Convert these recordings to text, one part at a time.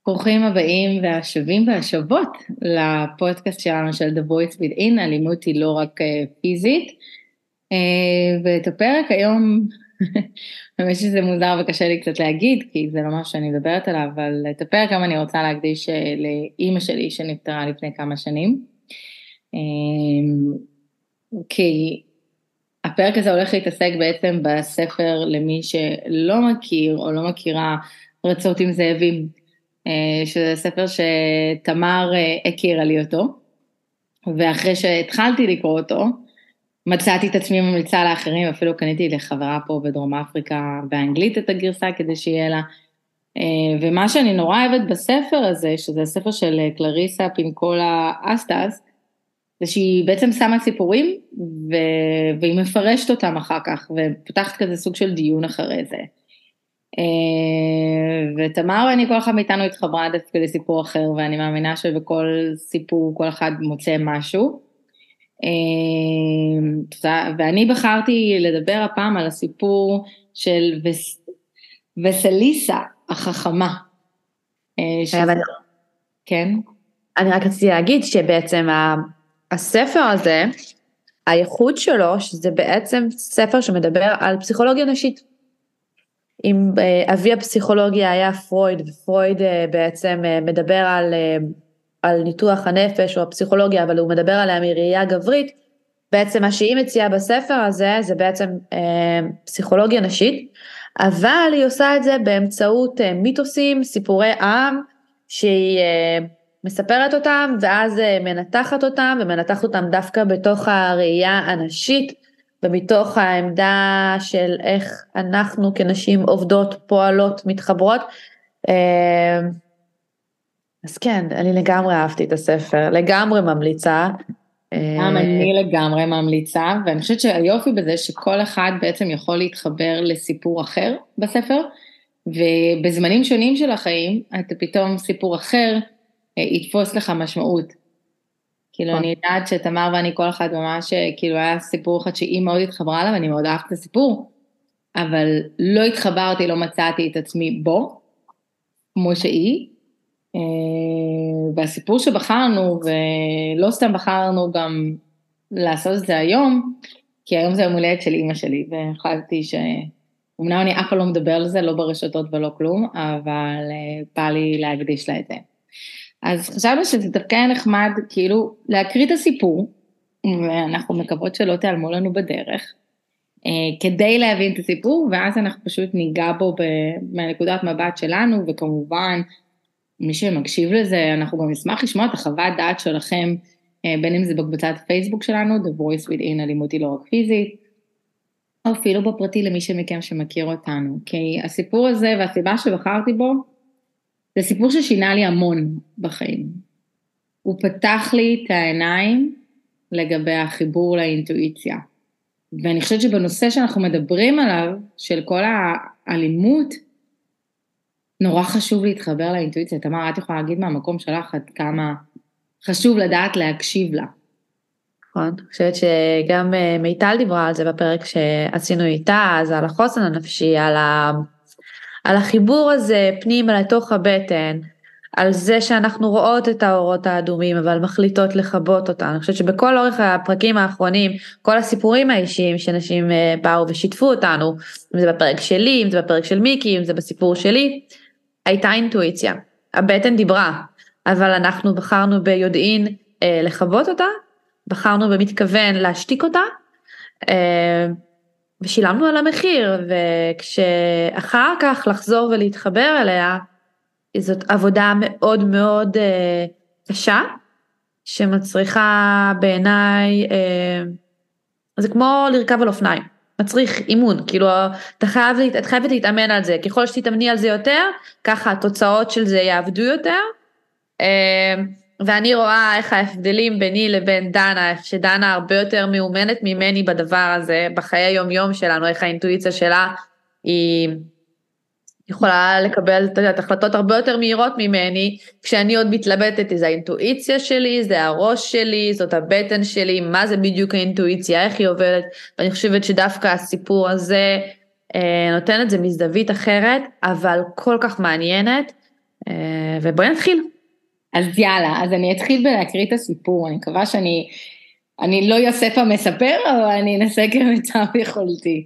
ברוכים הבאים והשבים והשבות לפודקאסט שלנו של The Voice Within, אלימות היא לא רק פיזית, ואת הפרק היום, באמת שזה מוזר וקשה לי קצת להגיד, כי זה לא משהו שאני מדברת עליו, אבל את הפרק היום אני רוצה להקדיש לאמא שלי שנפטרה לפני כמה שנים, כי הפרק הזה הולך להתעסק בעצם בספר למי שלא מכיר או לא מכירה רצות עם זאבים, שזה ספר שתמר הכירה לי אותו, ואחרי שהתחלתי לקרוא אותו, מצאתי את עצמי ממליצה לאחרים, אפילו קניתי לחברה פה בדרום אפריקה באנגלית את הגרסה כדי שיהיה לה, ומה שאני נורא אוהבת בספר הזה, שזה הספר של קלריסה פינקולה אסטס, זה שהיא בעצם שמה סיפורים, והיא מפרשת אותם אחר כך, ופותחת כזה סוג של דיון אחרי זה. ותמר ואני כל אחד מאיתנו התחברה דווקא לסיפור אחר, ואני מאמינה שבכל סיפור כל אחד מוצא משהו. ואני בחרתי לדבר הפעם על הסיפור של וסליסה החכמה. כן? אני רק רציתי להגיד שבעצם הספר הזה, הייחוד שלו, שזה בעצם ספר שמדבר על פסיכולוגיה נשית. אם אבי הפסיכולוגיה היה פרויד, ופרויד בעצם מדבר על ניתוח הנפש או הפסיכולוגיה, אבל הוא מדבר עליה מראייה גברית, בעצם מה שהיא מציעה בספר הזה, זה בעצם פסיכולוגיה נשית, אבל היא עושה את זה באמצעות מיתוסים, סיפורי עם, שהיא מספרת אותם, ואז מנתחת אותם, ומנתחת אותם דווקא בתוך הראייה הנשית, ומתוך העמדה של איך אנחנו כנשים עובדות, פועלות, מתחברות. אז כן, אני לגמרי אהבתי את הספר, לגמרי ממליצה. גם אני לגמרי ממליצה, ואני חושבת שהיופי בזה שכל אחד בעצם יכול להתחבר לסיפור אחר בספר, ובזמנים שונים של החיים, אתה פתאום סיפור אחר יתפוס לך משמעות. כאילו אני יודעת שתמר ואני כל אחד ממש, כאילו היה סיפור אחד שהיא מאוד התחברה עליו, ואני מאוד אהבת את הסיפור, אבל לא התחברתי, לא מצאתי את עצמי בו, כמו שהיא, והסיפור שבחרנו, ולא סתם בחרנו גם לעשות את זה היום, כי היום זה יום הולדת של אמא שלי, והחלטתי שאומנם אני אף פעם לא מדבר על זה, לא ברשתות ולא כלום, אבל בא לי להקדיש לה את זה. אז חשבנו שזה דווקא נחמד, כאילו, להקריא את הסיפור, ואנחנו מקוות שלא תיעלמו לנו בדרך, כדי להבין את הסיפור, ואז אנחנו פשוט ניגע בו מהנקודת מבט שלנו, וכמובן, מי שמקשיב לזה, אנחנו גם נשמח לשמוע את החוות דעת שלכם, בין אם זה בקבוצת פייסבוק שלנו, The Voice Within, אלימות היא לא רק פיזית, או אפילו בפרטי למי שמכם שמכיר אותנו, כי הסיפור הזה והסיבה שבחרתי בו, זה סיפור ששינה לי המון בחיים. הוא פתח לי את העיניים לגבי החיבור לאינטואיציה. ואני חושבת שבנושא שאנחנו מדברים עליו, של כל האלימות, נורא חשוב להתחבר לאינטואיציה. תמר, את יכולה להגיד מהמקום שלך עד כמה חשוב לדעת להקשיב לה. נכון, אני חושבת שגם מיטל דיברה על זה בפרק שעשינו איתה, אז על החוסן הנפשי, על החיבור הזה פנימה לתוך הבטן, על זה שאנחנו רואות את האורות האדומים, אבל מחליטות לחבות אותן. אני חושבת שבכל אורך הפרקים האחרונים, כל הסיפורים האישיים שנשים באו ושיתפו אותנו, אם זה בפרק שלי, אם זה בפרק של מיקי, אם זה בסיפור שלי, הייתה אינטואיציה. הבטן דיברה, אבל אנחנו בחרנו ביודעין לחבות אותה, בחרנו במתכוון להשתיק אותה, ושילמנו על המחיר, וכשאחר כך לחזור ולהתחבר אליה, זאת עבודה מאוד מאוד קשה, שמצריכה בעיניי, זה כמו לרכב על אופניים, מצריך אימון, כאילו את חייבת להתאמן על זה, ככל שתתאמני על זה יותר, ככה התוצאות של זה יעבדו יותר, ואני רואה איך ההבדלים ביני לבין דנה, איך שדנה הרבה יותר מאומנת ממני בדבר הזה, בחיי היום יום שלנו, איך האינטואיציה שלה היא יכולה לקבל את החלטות הרבה יותר מהירות ממני, כשאני עוד מתלבטת, זה האינטואיציה שלי, זה הראש שלי, זאת הבטן שלי, מה זה בדיוק האינטואיציה, איך היא עובדת, ואני חושבת שדווקא הסיפור הזה נותן את זה מזווית אחרת, אבל כל כך מעניינת, ובואי נתחיל. אז יאללה, אז אני אתחיל בלהקריא את הסיפור, אני מקווה אני לא יוסף המספר, אבל אני אנסה כמיטב יכולתי.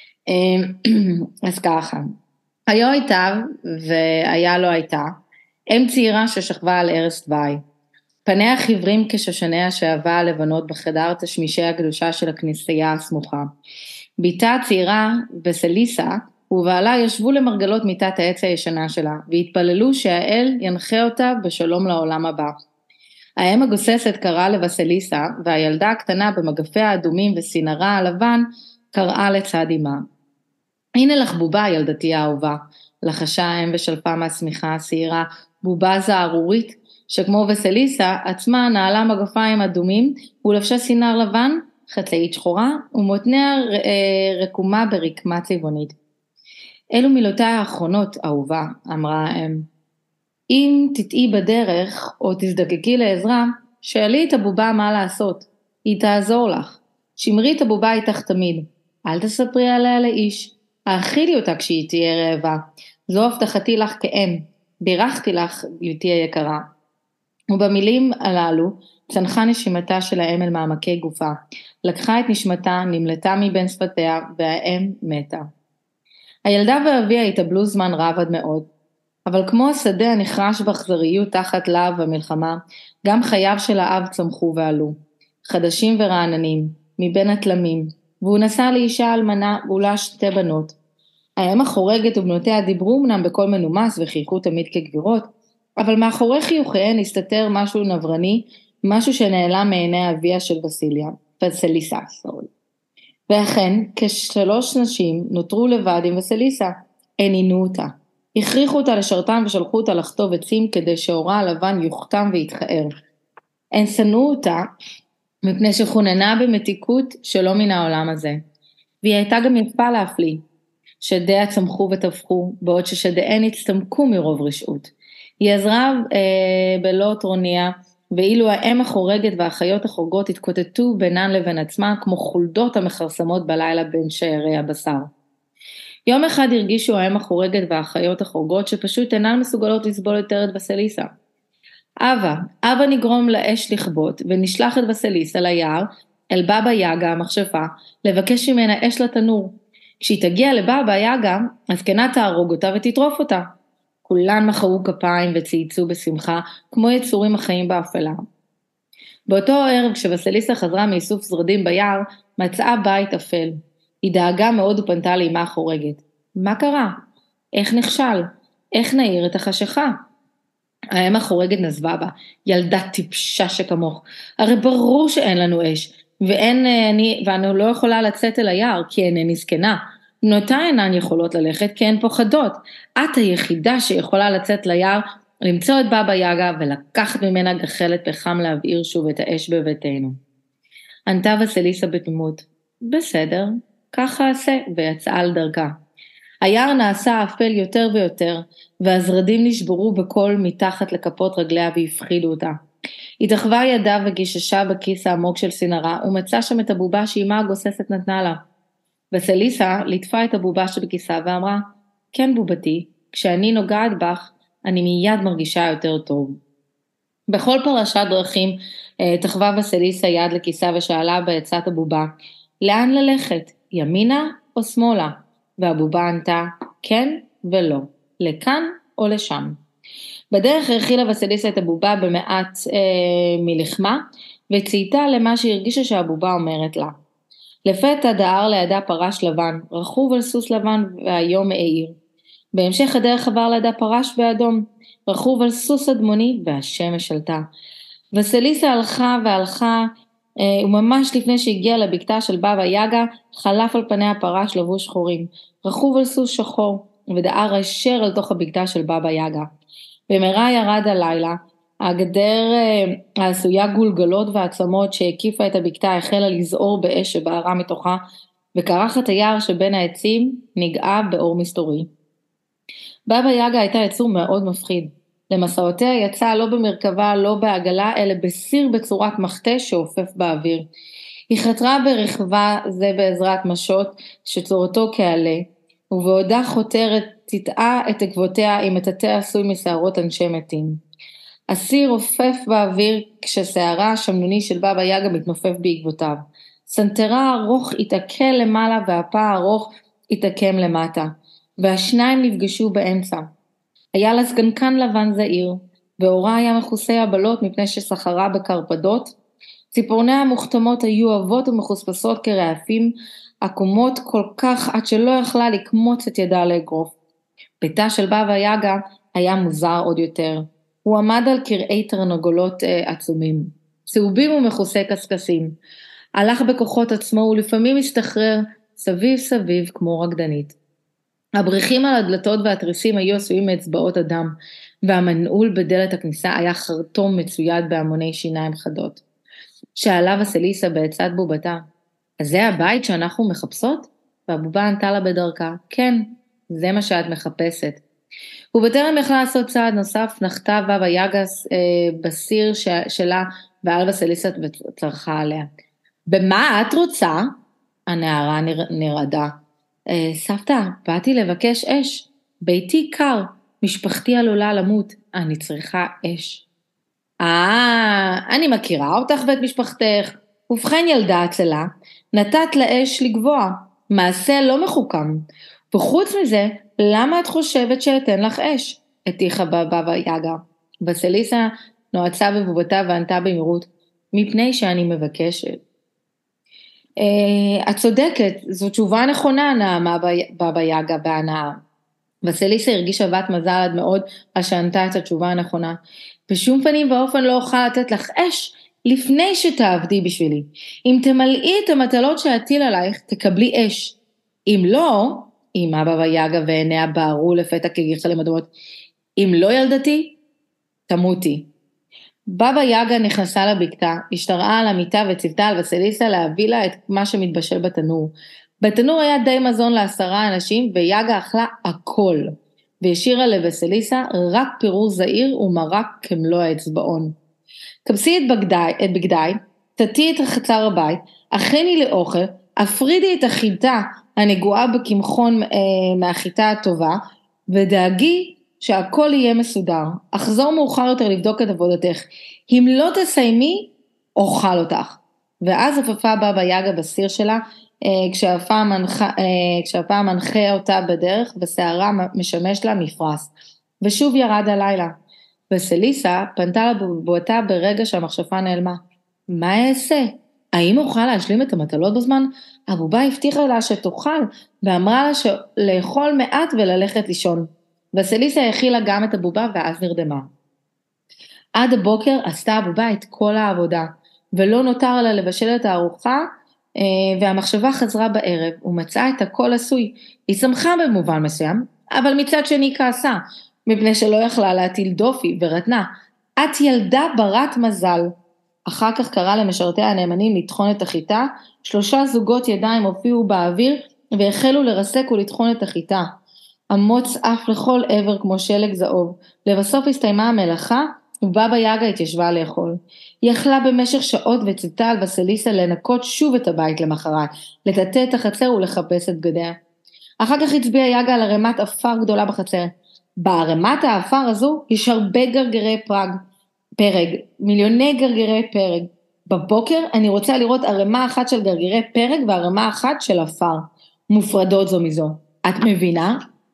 אז ככה, היו איתה והיה לא הייתה, אם צעירה ששכבה על ערש דווי, פניה חיוורים כשושני השעבה הלבנות בחדר תשמישי הקדושה של הכנסייה הסמוכה. ביתה הצעירה וסליסה ובעלה ישבו למרגלות מיטת העץ הישנה שלה, והתפללו שהאל ינחה אותה בשלום לעולם הבא. האם הגוססת קראה לבסליסה, והילדה הקטנה במגפיה האדומים וסינרה הלבן, קראה לצד אמה. הנה לך בובה, ילדתי האהובה, לחשה האם ושלפה מהשמיכה השעירה, בובה זערורית, שכמו בסליסה, עצמה נעלה מגפיים אדומים, ולבשה סינר לבן, חצאית שחורה, ומותניה רקומה ברקמה צבעונית. אלו מילותיי האחרונות, אהובה, אמרה האם. אם תטעי בדרך, או תזדקקי לעזרה, שאלי את הבובה מה לעשות. היא תעזור לך. שמרי את הבובה איתך תמיד. אל תספרי עליה לאיש. האכילי אותה כשהיא תהיה רעבה. זו הבטחתי לך כאם. בירכתי לך, ביתי היקרה. ובמילים הללו, צנחה נשימתה של האם אל מעמקי גופה. לקחה את נשמתה, נמלטה מבין שפתיה, והאם מתה. הילדה ואביה התאבלו זמן רב עד מאוד, אבל כמו השדה הנחרש באכזריות תחת להב המלחמה, גם חייו של האב צמחו ועלו, חדשים ורעננים, מבין התלמים, והוא נשא לאישה אלמנה ולה שתי בנות. האם החורגת ובנותיה דיברו אמנם בקול מנומס וחייכו תמיד כגבירות, אבל מאחורי חיוכיהן הסתתר משהו נברני, משהו שנעלם מעיני אביה של בסליסה. ואכן, כשלוש נשים נותרו לבד עם בסליסה, הן עינו אותה. הכריחו אותה לשרתם ושלחו אותה לחטוב עצים כדי שאורה הלבן יוכתם ויתחאר. הן שנאו אותה מפני שחוננה במתיקות שלא מן העולם הזה. והיא הייתה גם יפה להפליא. שדיה צמחו וטפחו, בעוד ששדיהן הצטמקו מרוב רשעות. היא עזרה בלא טרוניה, ואילו האם החורגת והאחיות החורגות התקוטטו בינן לבין עצמן כמו חולדות המחרסמות בלילה בין שערי הבשר. יום אחד הרגישו האם החורגת והאחיות החורגות שפשוט אינן מסוגלות לסבול יותר את בסליסה. אבא נגרום לאש לכבות ונשלח את בסליסה ליער אל בבא יגה המכשפה לבקש ממנה אש לתנור. כשהיא תגיע לבבא יגה, הזקנה תהרוג אותה ותטרוף אותה. כולן מחאו כפיים וצייצו בשמחה, כמו יצורים החיים באפלה. באותו ערב, כשבסליסה חזרה מאיסוף זרדים ביער, מצאה בית אפל. היא דאגה מאוד ופנתה לאמה החורגת. מה קרה? איך נכשל? איך נעיר את החשיכה? האם החורגת נזבה בה, ילדה טיפשה שכמוך. הרי ברור שאין לנו אש, ואני לא יכולה לצאת אל היער, כי אינני זקנה. בנותיי אינן יכולות ללכת כי הן פוחדות. את היחידה שיכולה לצאת ליער, למצוא את בבא יגה ולקחת ממנה גחלת פחם להבעיר שוב את האש בביתנו. ענתה בסליסה בתמימות, בסדר, ככה אעשה, ויצאה על דרכה. היער נעשה אפל יותר ויותר, והזרדים נשברו בקול מתחת לכפות רגליה והפחידו אותה. היא תחווה ידה וגיששה בכיס העמוק של סינרה, ומצא שם את הבובה שאימה הגוססת נתנה לה. בסליסה ליטפה את הבובה שבכיסה ואמרה, כן בובתי, כשאני נוגעת בך, אני מיד מרגישה יותר טוב. בכל פרשת דרכים תחווה בסליסה יד לכיסה ושאלה בעצת הבובה, לאן ללכת, ימינה או שמאלה? והבובה ענתה, כן ולא, לכאן או לשם. בדרך הרחילה בסליסה את הבובה במעט מלחמה, וצייתה למה שהרגישה שהבובה אומרת לה. לפתע דהר לידה פרש לבן, רכוב על סוס לבן והיום מאיר. בהמשך הדרך עבר לידה פרש באדום, רכוב על סוס אדמוני והשמש עלתה. בסליסה הלכה והלכה, וממש לפני שהגיעה לבקתה של בבא יגה, חלף על פניה פרש לבוש שחורים, רכוב על סוס שחור, ודהר הישר אל תוך הבקתה של בבא יגה. במהרה ירד הלילה, הגדר העשויה גולגלות ועצמות שהקיפה את הבקתה החלה לזעור באש שבערה מתוכה, וקרחת היער שבין העצים נגעה באור מסתורי. בבא יגה הייתה יצור מאוד מפחיד. למסעותיה יצאה לא במרכבה, לא בעגלה, אלא בסיר בצורת מחטה שעופף באוויר. היא חתרה ברכבה זה בעזרת משות שצורתו כעלה, ובעודה חותרת תטעה את עקבותיה עם מטאטא עשוי משערות אנשי מתים. הסיר רופף באוויר כששערה השמנוני של בבא יגה מתנופף בעקבותיו. סנטרה הארוך התעכל למעלה והפה הארוך התעקם למטה, והשניים נפגשו באמצע. היה לה זקנקן לבן זעיר, ואורה היה מכוסה הבלות מפני שסחרה בקרפדות. ציפורניה המוכתמות היו אבות ומחוספסות כרעפים, עקומות כל כך עד שלא יכלה לקמוץ את ידה לאגרוף. ביתה של בבא יגה היה מוזר עוד יותר. הוא עמד על קרעי תרנגולות עצומים, צהובים ומכוסי קסקסים. הלך בכוחות עצמו ולפעמים הסתחרר סביב סביב כמו רקדנית. הבריחים על הדלתות והתריסים היו עשויים מאצבעות אדם, והמנעול בדלת הכניסה היה חרטום מצויד בהמוני שיניים חדות. שאלה וסליסה בעצת בובתה, אז זה הבית שאנחנו מחפשות? והבובה ענתה לה בדרכה, כן, זה מה שאת מחפשת. ובטרם יכלה לעשות צעד נוסף, נחתה בבא יגה בסיר שלה, ועל וסליסה וצרחה עליה. במה את רוצה? הנערה נרעדה. סבתא, באתי לבקש אש. ביתי קר, משפחתי עלולה למות, אני צריכה אש. אני מכירה אותך ואת משפחתך. ובכן ילדה עצלה, נתת לאש לגבוה, מעשה לא מחוכם. וחוץ מזה, למה את חושבת שאתן לך אש? הטיחה בבא יגה. וסליסה נועצה בבובתה וענתה במהירות, מפני שאני מבקשת. את צודקת, זו תשובה נכונה, נעמה בבא יגה בהנאה. וסליסה הרגישה בת מזל עד מאוד על שענתה את התשובה הנכונה. בשום פנים ואופן לא אוכל לתת לך אש לפני שתעבדי בשבילי. אם תמלאי את המטלות שאטיל עלייך, תקבלי אש. אם לא, אמא בבא יגה ועיניה בערו לפתע כגחלים אדומות, אם לא ילדתי, תמותי. בבא יגה נכנסה לבקתה, השתרעה על המיטה וציוותה על וסליסה להביא לה את מה שמתבשל בתנור. בתנור היה די מזון ל10 אנשים, ויגה אכלה הכל, והשאירה לווסליסה רק פירור זעיר ומרק כמלוא האצבעון. כבסי את בגדיי, תתי את חצר הבית, הכיני לאוכל, הפרידי את החיטה הנגועה בקמחון מהחיטה הטובה, ודאגי שהכל יהיה מסודר. אחזור מאוחר יותר לבדוק את עבודתך. אם לא תסיימי, אוכל אותך. ואז הפפה בבא יגה בסיר שלה, כשהפעם מנחה אותה בדרך, ושערה משמש לה מפרס. ושוב ירד הלילה. וסליסה פנתה לבובתה ברגע שהמכשפה נעלמה. מה אעשה? האם אוכל להשלים את המטלות בזמן? הבובה הבטיחה לה שתוכל, ואמרה לה לאכול מעט וללכת לישון. וסליסה הכילה גם את הבובה ואז נרדמה. עד הבוקר עשתה הבובה את כל העבודה, ולא נותר לה לבשל את הארוחה, והמחשבה חזרה בערב, ומצאה את הכל עשוי. היא שמחה במובן מסוים, אבל מצד שני כעסה, מפני שלא יכלה להטיל דופי ורתנה. את ילדה ברת מזל. אחר כך קרא למשרתי הנאמנים לטחון את החיטה, 3 זוגות ידיים הופיעו באוויר, והחלו לרסק ולטחון את החיטה. המוץ אף לכל עבר כמו שלג זהוב. לבסוף הסתיימה המלאכה, ובבא יגה התיישבה לאכול. היא אכלה במשך שעות וציוותה על וסליסה לנקות שוב את הבית למחרת, לטאטא את החצר ולחפש את בגדיה. אחר כך הצביעה יגה על ערימת עפר גדולה בחצר. בערימת העפר הזו יש הרבה גרגרי פרג, מיליוני גרגרי פרג. בבוקר אני רוצה לראות ערימה אחת של גרגירי פרג וערימה אחת של עפר, מופרדות זו מזו. את מבינה?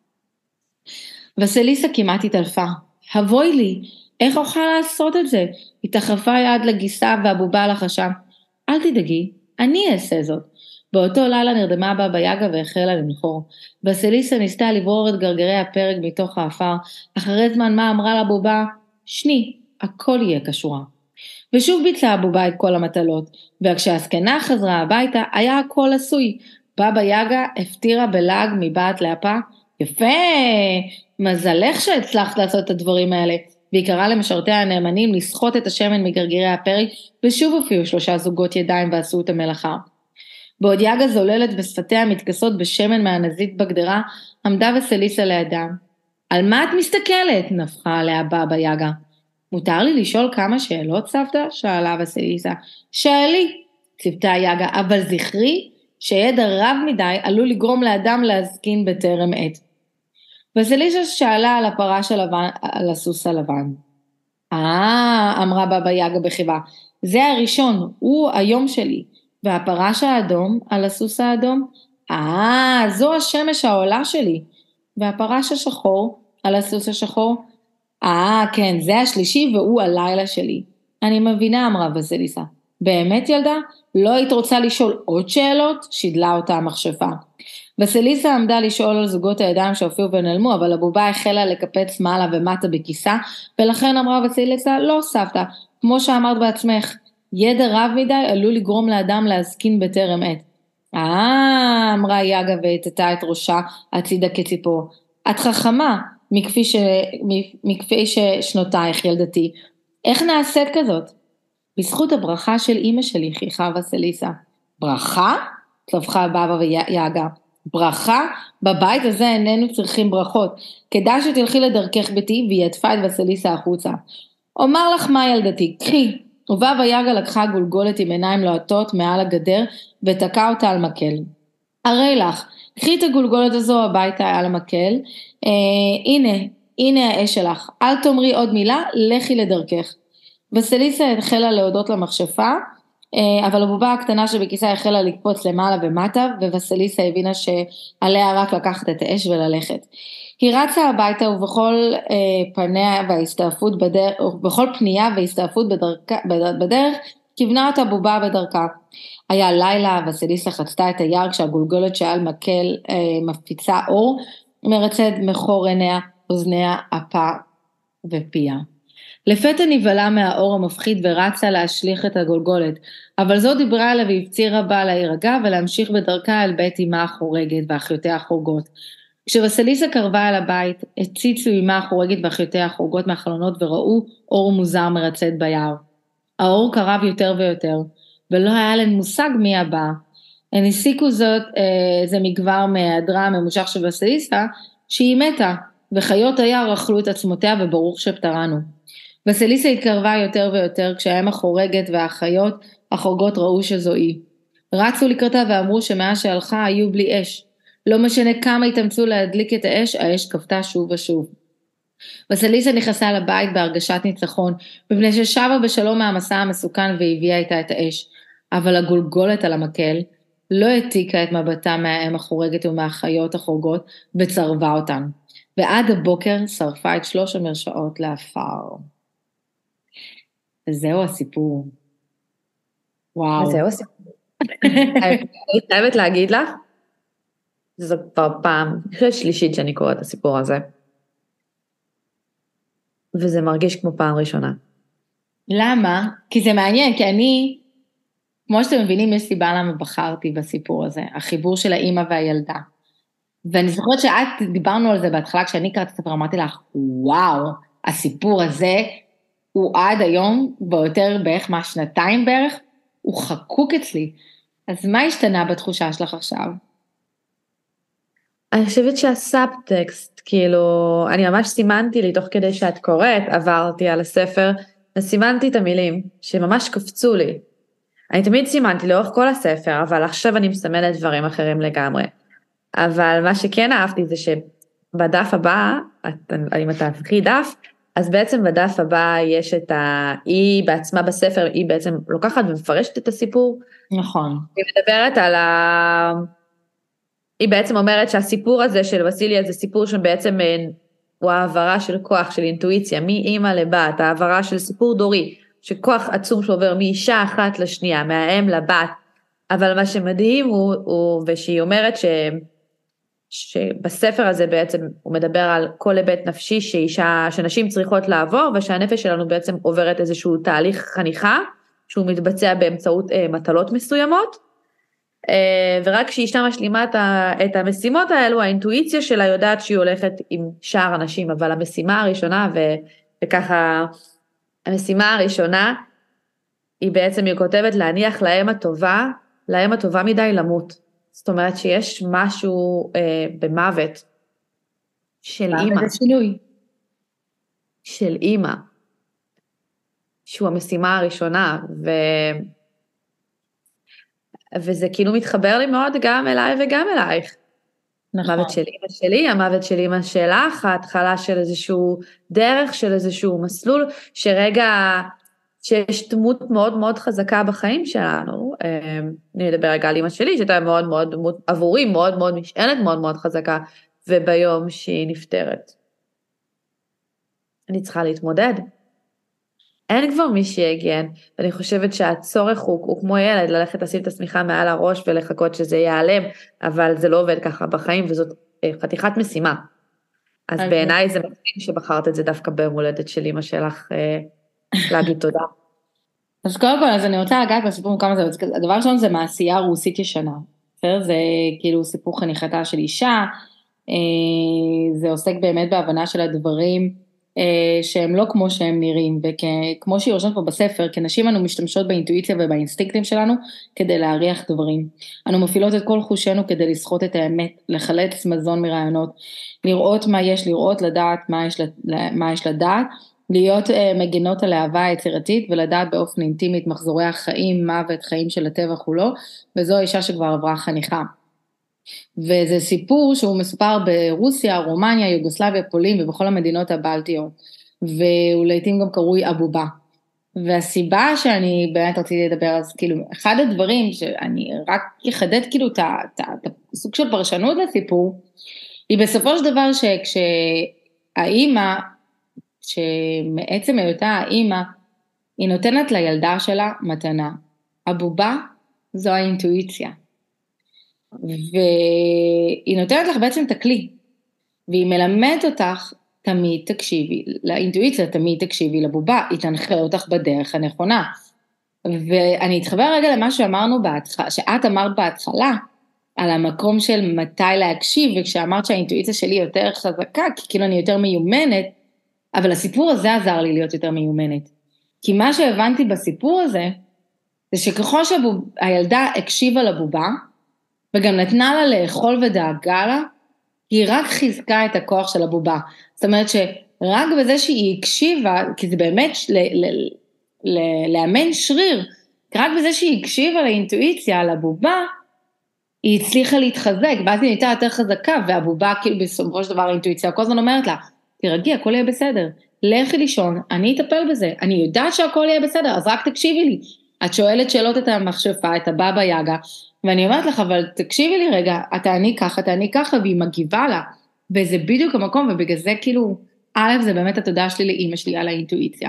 וסליסה כמעט התעלפה. הבואי לי, איך אוכל לעשות את זה? היא תחפה יד לגיסה והבובה לחשה. אל תדאגי, אני אעשה זאת. באותו לילה נרדמה בבא יגה והחלה לנחור. וסליסה ניסתה לברור את גרגרי הפרג מתוך האפר, אחרי זמן מה אמרה לבובה, שני, הכל יהיה קשורה. ושוב ביצעה הבובה את כל המטלות, וכשהזקנה חזרה הביתה היה הכל עשוי. בבא יגה הפתירה בלעג מבעט לאפה, יפה, מזלך שהצלחת לעשות את הדברים האלה, והיא קראה למשרתי הנאמנים לסחוט את השמן מגרגירי הפרק, ושוב הופיעו 3 זוגות ידיים ועשו את המלאכה. בעוד יגה זוללת בשפתיה מתכסות בשמן מהנזית בגדרה, עמדה וסליסה לידה. על מה את מסתכלת? נפחה עליה בבא יגה. מותר לי לשאול כמה שאלות, סבתא? שאלה וסליסה. שאלי, ציוותה יגה, אבל זכרי שידע רב מדי עלול לגרום לאדם להזקין בטרם עת. וסליסה שאלה על הפרש הלבן, על הסוס הלבן. אמרה בבא יגה בחיבה, זה הראשון, הוא היום שלי, והפרש האדום על הסוס האדום, זו השמש העולה שלי, והפרש השחור על הסוס השחור, כן, זה השלישי והוא הלילה שלי. אני מבינה, אמרה וסליסה. באמת ילדה? לא היית רוצה לשאול עוד שאלות? שידלה אותה המכשפה. וסליסה עמדה לשאול על זוגות הידיים שהופיעו ונעלמו, אבל הבובה החלה לקפץ מעלה ומטה בכיסה, ולכן אמרה וסליסה, לא סבתא, כמו שאמרת בעצמך, ידע רב מדי עלול לגרום לאדם להזקין בטרם עת. אמרה יגה והטטה את ראשה הצידה כציפור. את חכמה, מכפי ששנותייך ילדתי. איך נעשית כזאת? בזכות הברכה של אמא שלי, חיכה וסליסה. ברכה? צווחה בבא ויגה. ברכה? בבית הזה איננו צריכים ברכות. כדאי שתלכי לדרכך ביתי, והיא עטפה את וסליסה החוצה. אומר לך מה ילדתי, קחי. ובבא יגה לקחה גולגולת עם עיניים לוהטות מעל הגדר, ותקע אותה על מקל. הרי לך, קחי את הגולגולת הזו הביתה על המקל, הנה האש שלך, אל תאמרי עוד מילה, לכי לדרכך. וסליסה החלה להודות למכשפה, אבל הבובה הקטנה שבכיסה החלה לקפוץ למעלה ומטה, וווסליסה הבינה שעליה רק לקחת את האש וללכת. היא רצה הביתה ובכל פניה וההסתעפות בדרך, ובכל פנייה והסתעפות בדרך, כיוונה אותה בובה בדרכה. היה לילה, וסליסה חצתה את היער כשהגולגולת שעל מקל מפיצה אור, מרצד מחור עיניה, אוזניה, אפה ופיה. לפתע נבהלה מהאור המפחיד ורצה להשליך את הגולגולת, אבל זו דיברה עליה והפצירה בה להירגע ולהמשיך בדרכה אל בית אמה החורגת ואחיותיה החורגות. כשווסליסה קרבה אל הבית, הציצו אמה החורגת ואחיותיה החורגות מהחלונות וראו אור מוזר מרצד ביער. האור קרב יותר ויותר, ולא היה להן מושג מי הבא. הן הסיקו זאת, זה מכבר מהיעדרה הממושך של וסליסה, שהיא מתה, וחיות היער אכלו את עצמותיה וברוך שפטרנו. וסליסה התקרבה יותר ויותר, כשהאם החורגת והאחיות החורגות ראו שזו היא. רצו לקראתה ואמרו שמאז שהלכה היו בלי אש. לא משנה כמה התאמצו להדליק את האש, האש כפתה שוב ושוב. וסליסה נכנסה לבית בהרגשת ניצחון, מפני ששבה בשלום מהמסע המסוכן והביאה איתה את האש. אבל הגולגולת על המקל לא העתיקה את מבטה מהאם החורגת ומהחיות החורגות, וצרבה אותן. ועד הבוקר שרפה את 3 המרשעות לאפר. וזהו הסיפור. וואו. וזהו הסיפור. אני חייבת להגיד לך, זו כבר פעם שלישית שאני קוראת את הסיפור הזה. וזה מרגיש כמו פעם ראשונה. למה? כי זה מעניין, כי אני, כמו שאתם מבינים, יש סיבה למה בחרתי בסיפור הזה, החיבור של האמא והילדה. ואני זוכרת שאת דיברנו על זה בהתחלה, כשאני קראתי את הספר, אמרתי לך, וואו, הסיפור הזה הוא עד היום, ביותר בערך מהשנתיים בערך, הוא חקוק אצלי. אז מה השתנה בתחושה שלך עכשיו? אני חושבת שהסאבטקסט, כאילו, אני ממש סימנתי לי, תוך כדי שאת קוראת, עברתי על הספר, וסימנתי את המילים, שממש קפצו לי. אני תמיד סימנתי לאורך כל הספר, אבל עכשיו אני מסמלת דברים אחרים לגמרי. אבל מה שכן אהבתי זה שבדף הבא, אם אתה תפחי דף, אז בעצם בדף הבא יש היא בעצמה בספר, היא בעצם לוקחת ומפרשת את הסיפור. נכון. היא מדברת על היא בעצם אומרת שהסיפור הזה של וסיליה זה סיפור שבעצם הוא העברה של כוח, של אינטואיציה, מאמא לבת, העברה של סיפור דורי, שכוח עצום שעובר מאישה אחת לשנייה, מהאם לבת, אבל מה שמדהים הוא ושהיא אומרת שבספר הזה בעצם הוא מדבר על כל היבט נפשי שנשים צריכות לעבור, ושהנפש שלנו בעצם עוברת איזשהו תהליך חניכה, שהוא מתבצע באמצעות מטלות מסוימות, ורק כשאישה משלימה את המשימות האלו, האינטואיציה שלה יודעת שהיא הולכת עם שאר אנשים, אבל המשימה הראשונה, וככה, המשימה הראשונה, היא בעצם, היא כותבת להניח לאם הטובה מדי למות. זאת אומרת שיש משהו במוות של אימא. זה שינוי. של אימא. שהוא המשימה הראשונה, וזה כאילו מתחבר לי מאוד גם אליי וגם אלייך. נכון. המוות של אמא שלי, המוות של אמא שלך, ההתחלה של איזשהו דרך, של איזשהו מסלול, שרגע שיש דמות מאוד מאוד חזקה בחיים שלנו, אני מדבר רגע על אמא שלי, שהייתה מאוד מאוד דמות עבורי, מאוד מאוד משענת, מאוד מאוד חזקה, וביום שהיא נפטרת. אני צריכה להתמודד. אין כבר מי שיגן, ואני חושבת שהצורך הוא כמו ילד, ללכת לשים את השמיכה מעל הראש ולחכות שזה ייעלם, אבל זה לא עובד ככה בחיים, וזאת חתיכת משימה. אז בעיניי זה מקסים שבחרת את זה דווקא ביום הולדת של אמא שלך, להגיד תודה. אז קודם כל, אז אני רוצה לגעת בסיפור כמה זה, הדבר ראשון זה מעשייה רוסית ישנה, בסדר? זה כאילו סיפור חניכתה של אישה, זה עוסק באמת בהבנה של הדברים, שהם לא כמו שהם נראים, וכמו שהיא רושמת פה בספר, כנשים אנו משתמשות באינטואיציה ובאינסטינקטים שלנו, כדי להריח דברים. אנו מפעילות את כל חושנו כדי לסחוט את האמת, לחלץ מזון מרעיונות, לראות מה יש לראות, לדעת מה יש לדעת, להיות מגינות על האהבה היצירתית, ולדעת באופן אינטימי את מחזורי החיים, מוות, חיים של הטבע כולו, וזו האישה שכבר עברה חניכה. וזה סיפור שהוא מסופר ברוסיה, רומניה, יוגוסלביה, פולין ובכל המדינות הבלטיות, ולעיתים גם קרוי אבובה. והסיבה שאני באמת רציתי לדבר, אז כאילו, אחד הדברים שאני רק אחדד כאילו את הסוג של פרשנות לסיפור, היא בסופו של דבר שכשהאימא, שמעצם היותה האימא, היא נותנת לילדה שלה מתנה. אבובה זו האינטואיציה. והיא נותנת לך בעצם את הכלי, והיא מלמדת אותך, תמיד תקשיבי, לאינטואיציה תמיד תקשיבי לבובה, היא תנחה אותך בדרך הנכונה. ואני אתחבר רגע למה שאמרנו בהתחלה, שאת אמרת בהתחלה, על המקום של מתי להקשיב, וכשאמרת שהאינטואיציה שלי יותר חזקה, כי כאילו אני יותר מיומנת, אבל הסיפור הזה עזר לי להיות יותר מיומנת. כי מה שהבנתי בסיפור הזה, זה שככל שהילדה הקשיבה לבובה, וגם נתנה לה לאכול ודאגה לה, היא רק חיזקה את הכוח של הבובה. זאת אומרת שרק בזה שהיא הקשיבה, כי זה באמת לאמן שריר, רק בזה שהיא הקשיבה לאינטואיציה, לבובה, היא הצליחה להתחזק, ואז היא הייתה יותר חזקה, והבובה כאילו בסופו של דבר האינטואיציה, כל הזמן אומרת לה, תרגי, הכל יהיה בסדר, לכי לישון, אני אטפל בזה, אני יודעת שהכל יהיה בסדר, אז רק תקשיבי לי. את שואלת שאלות את המחשפה, את הבבא יגה, ואני אומרת לך, אבל תקשיבי לי רגע, אתה אני ככה, והיא מגיבה לה, וזה בדיוק המקום, ובגלל זה כאילו, א', זה באמת התודה שלי לאמא שלי על האינטואיציה,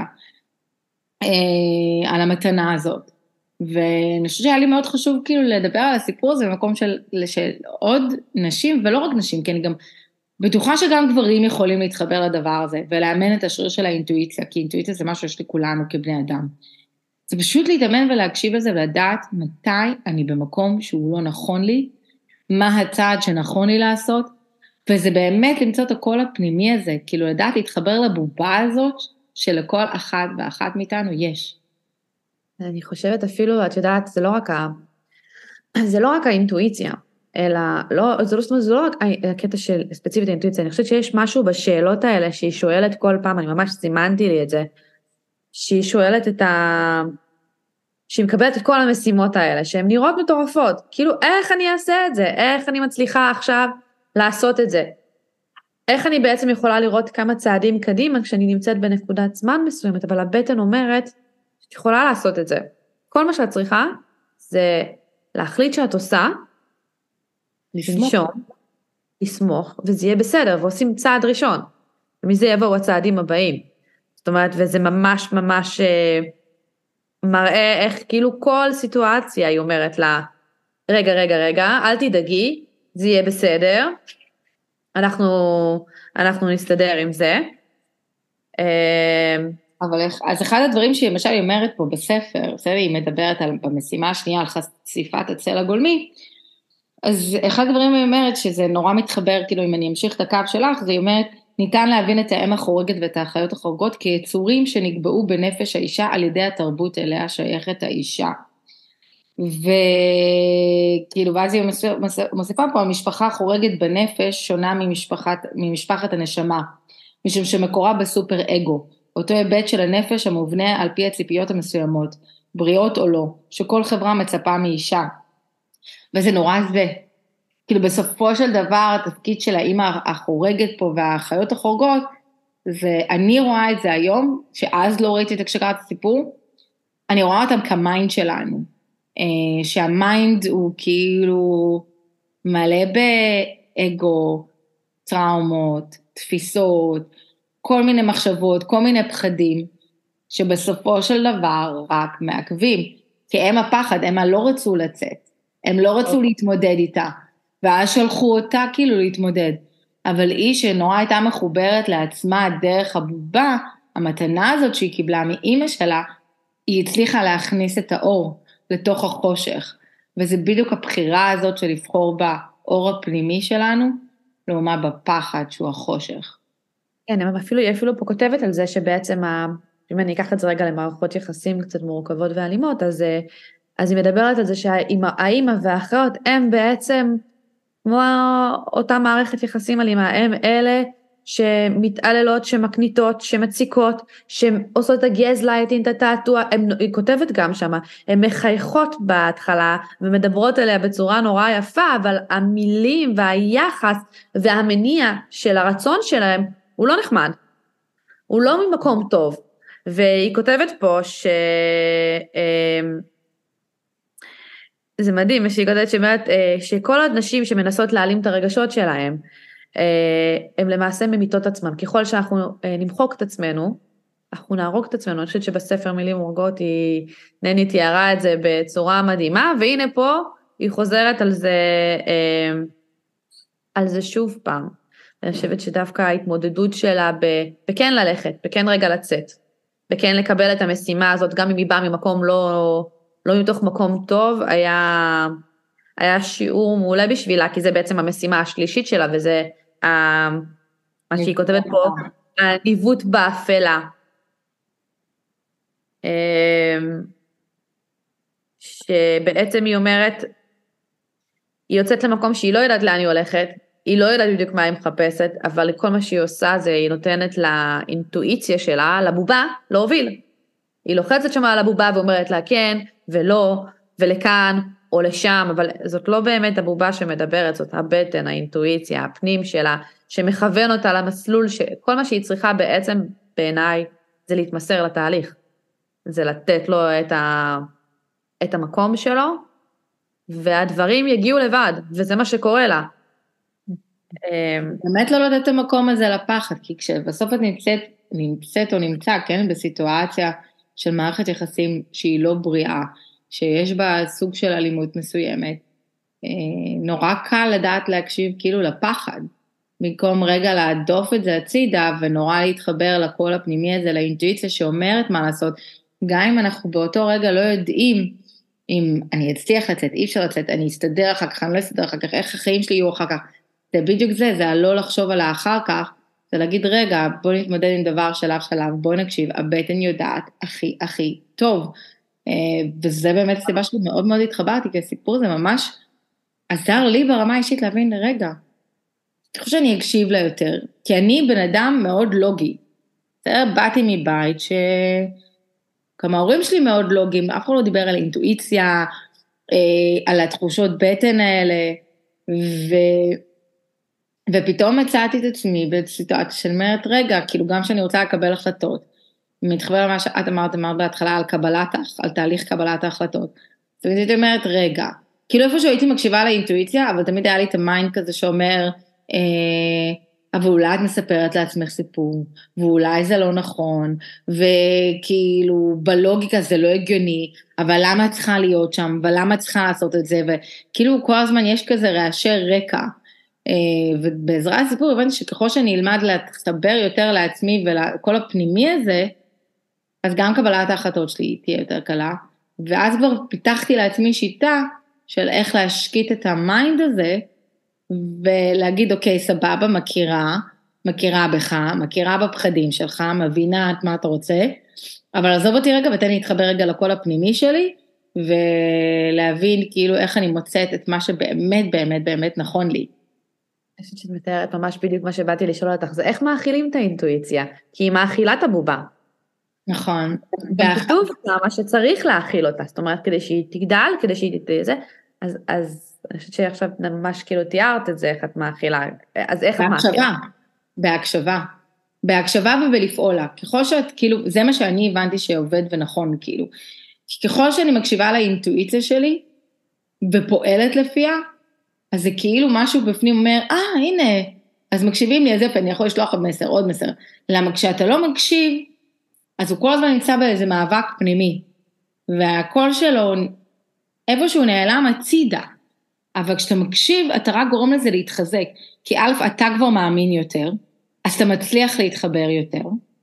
על המתנה הזאת, ואני חושבת שהיה לי מאוד חשוב כאילו לדבר על הסיפור הזה, במקום של עוד נשים, ולא רק נשים, כי אני גם בטוחה שגם גברים יכולים להתחבר לדבר הזה, ולאמן את השריר של האינטואיציה, כי אינטואיציה זה משהו שיש לכולנו כבני אדם. זה פשוט להתאמן ולהקשיב לזה, ולדעת מתי אני במקום שהוא לא נכון לי, מה הצעד שנכון לי לעשות, וזה באמת למצוא את הקול הפנימי הזה, כאילו לדעת להתחבר לבובה הזאת, שלכל אחת ואחת מאיתנו יש. אני חושבת אפילו, את יודעת, זה לא רק האינטואיציה, אלא, זה לא רק הקטע של ספציפית האינטואיציה, אני חושבת שיש משהו בשאלות האלה, שהיא שואלת כל פעם, אני ממש סימנתי לי את זה, שהיא שואלת שהיא מקבלת את כל המשימות האלה, שהן נראות מטורפות, כאילו איך אני אעשה את זה, איך אני מצליחה עכשיו לעשות את זה, איך אני בעצם יכולה לראות כמה צעדים קדימה, כשאני נמצאת בנקודת זמן מסוימת, אבל הבטן אומרת, שאת יכולה לעשות את זה, כל מה שאת צריכה, זה להחליט שאת עושה, לסמוך, וזה יהיה בסדר, ועושים צעד ראשון, ומזה יבואו הצעדים הבאים, זאת אומרת, וזה ממש ממש מראה איך כאילו כל סיטואציה היא אומרת לה, רגע, אל תדאגי, זה יהיה בסדר, אנחנו נסתדר עם זה. אבל אז אחד הדברים שהיא למשל היא אומרת פה בספר, בסדר, היא מדברת במשימה השנייה על חשיפת הצל הגולמי, אז אחד הדברים היא אומרת שזה נורא מתחבר, כאילו אם אני אמשיך את הקו שלך, זה היא אומרת, ניתן להבין את האם החורגת ואת האחיות החורגות כיצורים שנקבעו בנפש האישה על ידי התרבות אליה שייכת האישה. וכאילו, ואז היא מוסיפה פה, המשפחה חורגת בנפש שונה ממשפחת הנשמה, משום שמקורה בסופר אגו, אותו היבט של הנפש המובנה על פי הציפיות המסוימות, בריאות או לא, שכל חברה מצפה מאישה. וזה נורא זה. כאילו בסופו של דבר, התפקיד של האמא החורגת פה והאחיות החורגות, אני רואה את זה היום, שאז לא ראיתי את כשקראת הסיפור, אני רואה אותם כמיינד שלנו, שהמיינד הוא כאילו מלא באגו, טראומות, תפיסות, כל מיני מחשבות, כל מיני פחדים, שבסופו של דבר רק מעכבים, כי הם הפחד, הם לא רצו לצאת, הם לא רצו להתמודד איתה, ואז שלחו אותה כאילו להתמודד, אבל היא שנורא הייתה מחוברת לעצמה דרך הבובה, המתנה הזאת שהיא קיבלה מאמא שלה, היא הצליחה להכניס את האור לתוך החושך, וזה בדיוק הבחירה הזאת של לבחור באור הפנימי שלנו, לעומת בפחד שהוא החושך. כן, היא אפילו פה כותבת על זה שבעצם, אם אני אקח את זה רגע למערכות יחסים קצת מורכבות ואלימות, אז היא מדברת על זה שהאימא והאחיות הם בעצם כמו אותה מערכת יחסים אלימה, הם אלה שמתעללות, שמקניטות, שמציקות, שעושות את הגזלייטינג, את התעתוע, היא כותבת גם שמה, הן מחייכות בהתחלה, ומדברות עליה בצורה נורא יפה, אבל המילים והיחס והמניע של הרצון שלהם, הוא לא נחמד, הוא לא ממקום טוב, והיא כותבת פה זה מדהים, שהיא כותבת שאומרת שכל הנשים שמנסות להעלים את הרגשות שלהם, הם למעשה ממיתות עצמם, ככל שאנחנו נמחוק את עצמנו, אנחנו נהרוג את עצמנו, אני חושבת שבספר מילים הורגות, נני תיארה את זה בצורה מדהימה, והנה פה היא חוזרת על זה שוב פעם, אני חושבת שדווקא ההתמודדות שלה בכן ללכת, בכן רגע לצאת, בכן לקבל את המשימה הזאת, גם אם היא באה ממקום לא מתוך מקום טוב, היה שיעור מעולה בשבילה, כי זה בעצם המשימה השלישית שלה, וזה מה שהיא כותבת פה, הניווט באפלה. שבעצם היא אומרת, היא יוצאת למקום שהיא לא יודעת לאן היא הולכת, היא לא יודעת בדיוק מה היא מחפשת, אבל כל מה שהיא עושה זה, היא נותנת לאינטואיציה שלה, לבובה, להוביל. היא לוחצת שמה על הבובה ואומרת לה כן ולא, ולכאן או לשם, אבל זאת לא באמת הבובה שמדברת, זאת הבטן, האינטואיציה, הפנים שלה, שמכוון אותה למסלול, שכל מה שהיא צריכה בעצם בעיניי, זה להתמסר לתהליך, זה לתת לו את המקום שלו, והדברים יגיעו לבד, וזה מה שקורה לה. באמת לא לתת את המקום הזה לפחד, כי כשבסוף את נמצאת או נמצא, כן, בסיטואציה של מערכת יחסים שהיא לא בריאה, שיש בה סוג של אלימות מסוימת, נורא קל לדעת להקשיב כאילו לפחד, במקום רגע להדוף את זה הצידה, ונורא להתחבר לקול הפנימי הזה, לאינטואיציה שאומרת מה לעשות, גם אם אנחנו באותו רגע לא יודעים, אם אני אצליח לצאת, אי אפשר לצאת, אני אסתדר אחר כך, אני לא אסתדר אחר כך, איך החיים שלי יהיו אחר כך, זה בדיוק זה הלא לחשוב על האחר כך, זה להגיד רגע, בוא נתמודד עם דבר שלב, בוא נקשיב, הבטן יודעת הכי טוב, וזה באמת הסיבה שלי מאוד מאוד התחברתי, כי הסיפור הזה ממש עזר לי ברמה האישית להבין, רגע, אני חושב שאני אקשיב לה יותר, כי אני בן אדם מאוד לוגי, באתי מבית כמה ההורים שלי מאוד לוגיים, אף אחד לא דיבר על אינטואיציה, על התחושות בטן האלה, ופתאום מצאתי את עצמי בסיטואציה של אומרת, רגע, כאילו גם שאני רוצה לקבל החלטות, מתחבר למה שאת אמרת בהתחלה על תהליך קבלת ההחלטות, תמיד הייתי אומרת, רגע, כאילו איפשהו הייתי מקשיבה לאינטואיציה, אבל תמיד היה לי את המיינד כזה שאומר, אבל אולי את מספרת לעצמך סיפור, ואולי זה לא נכון, וכאילו בלוגיקה זה לא הגיוני, אבל למה את צריכה להיות שם, ולמה את צריכה לעשות את זה, וכאילו כל הזמן יש כזה רעשי רקע, ובעזרת הסיפור הבנתי שככל שאני אלמד להתחבר יותר לעצמי ולכל הפנימי הזה, אז גם קבלת ההחלטות שלי תהיה יותר קלה, ואז כבר פיתחתי לעצמי שיטה של איך להשקיט את המיינד הזה, ולהגיד אוקיי סבבה מכירה בך, מכירה בפחדים שלך, מבינה את מה אתה רוצה, אבל עזוב אותי רגע ותן לי להתחבר רגע לקול הפנימי שלי, ולהבין כאילו איך אני מוצאת את מה שבאמת באמת באמת נכון לי. אני חושבת שאת מתארת ממש בדיוק מה שבאתי לשאול אותך, זה איך מאכילים את האינטואיציה, כי היא מאכילה את הבובה. נכון. כתוב מה שצריך להאכיל אותה, זאת אומרת כדי שהיא תגדל, כדי שהיא תתזה, אז אני חושבת שעכשיו ממש כאילו תיארת את זה, איך את מאכילה, אז איך את מאכילה? בהקשבה ובלפעול לה, ככל שאת, כאילו, זה מה שאני הבנתי שעובד ונכון, כאילו, ככל שאני מקשיבה לאינטואיציה שלי, ופועלת לפיה, אז זה כאילו משהו בפנים אומר, הנה, אז מקשיבים לי, אז יפה, אני יכול לשלוח עוד מסר, עוד מסר, למה כשאתה לא מקשיב, אז הוא כל הזמן נמצא באיזה מאבק פנימי, והקול שלו, איפשהו נעלם הצידה, אבל כשאתה מקשיב, אתה רק גורם לזה להתחזק, כי א', אתה כבר מאמין יותר, אז אתה מצליח להתחבר יותר,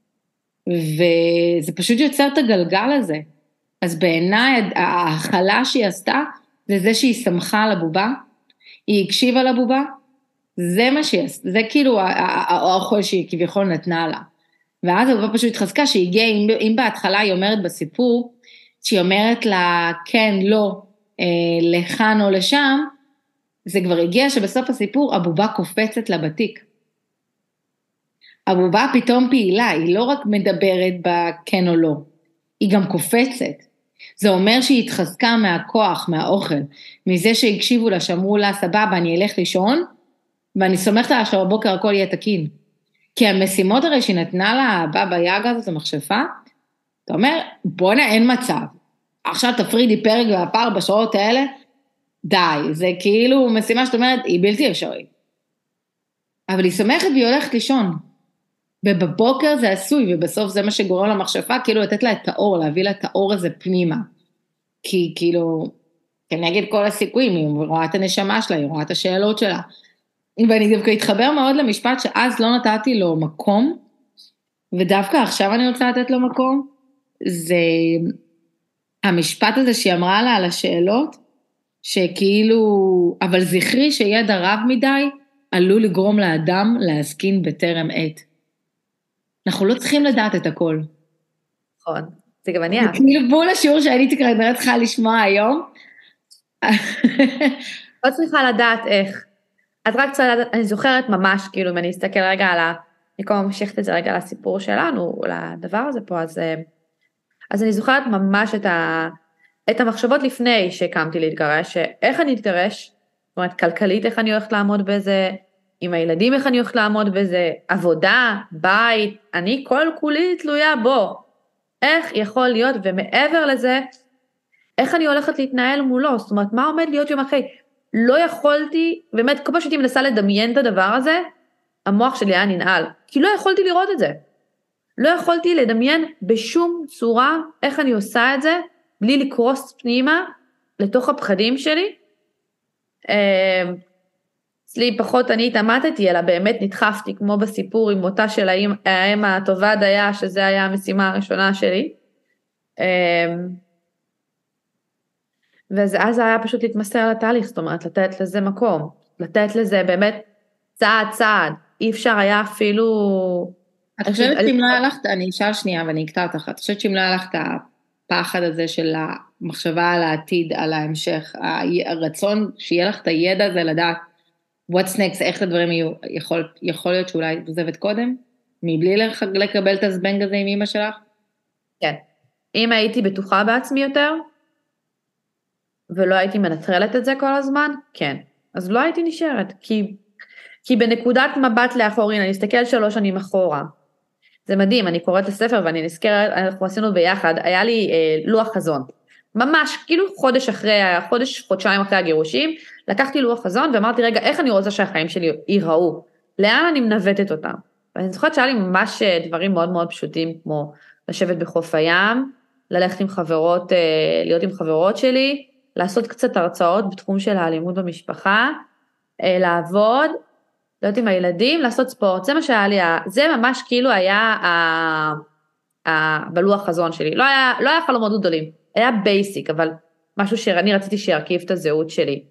וזה פשוט יוצר את הגלגל הזה. אז בעיניי, ההכלה שהיא עשתה, זה שהיא שמחה על הבובה, היא הקשיבה לבובה, זה מה שהיא עשתה, זה כאילו האוכל שהיא כביכול נתנה לה. ואז הבובה פשוט התחזקה, שהיא הגיעה, אם בהתחלה היא אומרת בסיפור, שהיא אומרת לה כן, לא, לכאן או לשם, זה כבר הגיע שבסוף הסיפור, הבובה קופצת לבתיק. הבובה פתאום פעילה, היא לא רק מדברת בכן או לא, היא גם קופצת. זה אומר שהיא התחזקה מהכוח, מהאוכל, מזה שהקשיבו לה, שאמרו לה, סבבה, אני אלך לישון, ואני סומכת לה שבבוקר הכל יהיה תקין. כי המשימות הרי שהיא נתנה לה, בבא יאגה הזאת המחשפה, אתה אומר, בוא'נה, אין מצב. עכשיו תפרידי פרק והפער בשעות האלה, די, זה כאילו משימה שאת אומרת, היא בלתי אפשרית. אבל היא סומכת והיא הולכת לישון. ובבוקר זה עשוי, ובסוף זה מה שגורם למחשפה, כאילו לתת לה את האור, להביא לה את האור הזה פנימה. כי כאילו, כנגד כל הסיכויים, היא רואה את הנשמה שלה, היא רואה את השאלות שלה. ואני דווקא התחבר מאוד למשפט שאז לא נתתי לו מקום, ודווקא עכשיו אני רוצה לתת לו מקום, זה המשפט הזה שהיא אמרה לה על השאלות, שכאילו, אבל זכרי שידע רב מדי, עלול לגרום לאדם להסכין בטרם עת. אנחנו לא צריכים לדעת את הכל. נכון, זה גם אני אהב. כאילו בול השיעור שהייתי כנראה צריכה לשמוע היום. לא צריכה לדעת איך. את רק צריכה לדעת, אני זוכרת ממש, כאילו אם אני אסתכל רגע על אני כל המשכת את זה רגע לסיפור שלנו, לדבר הזה פה, אז אני זוכרת ממש את המחשבות לפני שהקמתי להתגרש, איך אני אתגרש, זאת אומרת, כלכלית איך אני הולכת לעמוד בזה, עם הילדים איך אני הולכת לעמוד בזה, עבודה, בית, אני כל כולי תלויה בו, איך יכול להיות, ומעבר לזה, איך אני הולכת להתנהל מולו, זאת אומרת, מה עומד להיות יום אחרי, לא יכולתי, באמת, כל פעם שהייתי מנסה לדמיין את הדבר הזה, המוח שלי היה ננעל, כי לא יכולתי לראות את זה, לא יכולתי לדמיין בשום צורה, איך אני עושה את זה, בלי לקרוס פנימה, לתוך הפחדים שלי, אצלי פחות אני התאמתתי, אלא באמת נדחפתי, כמו בסיפור עם מותה של האם הטובה דייה, שזה היה המשימה הראשונה שלי, ואז היה פשוט להתמסר לתהליך, זאת אומרת, לתת לזה מקום, לתת לזה באמת צעד צעד, אי אפשר היה אפילו... את חושבת שאם לא הלכת, אני אשאל שנייה ואני אקטע אותך, את חושבת שאם לא הלכת הפחד הזה של המחשבה על העתיד, על ההמשך, הרצון שיהיה לך את הידע הזה לדעת, what's next, איך הדברים יהיו, יכול להיות שאולי עוזבת קודם, מבלי לקבל את הזבנג הזה עם אמא שלך? כן, אם הייתי בטוחה בעצמי יותר, ולא הייתי מנטרלת את זה כל הזמן, כן, אז לא הייתי נשארת, כי בנקודת מבט לאחור, הנה, אני אסתכל 3 שנים אחורה, זה מדהים, אני קוראת הספר ואני נזכרת, אנחנו עשינו ביחד, היה לי לוח חזון, ממש, כאילו חודשיים אחרי הגירושים, לקחתי לוח חזון ואמרתי, רגע, איך אני רוצה שהחיים שלי ייראו? לאן אני מנווטת אותם? ואני זוכרת שהיה לי ממש דברים מאוד מאוד פשוטים, כמו לשבת בחוף הים, ללכת עם חברות, להיות עם חברות שלי, לעשות קצת הרצאות בתחום של האלימות במשפחה, לעבוד, להיות עם הילדים, לעשות ספורט, זה מה שהיה לי, זה ממש כאילו היה בלוח חזון שלי, לא היה חלומות גדולים, היה בייסיק, אבל משהו שאני רציתי שירכיב את הזהות שלי.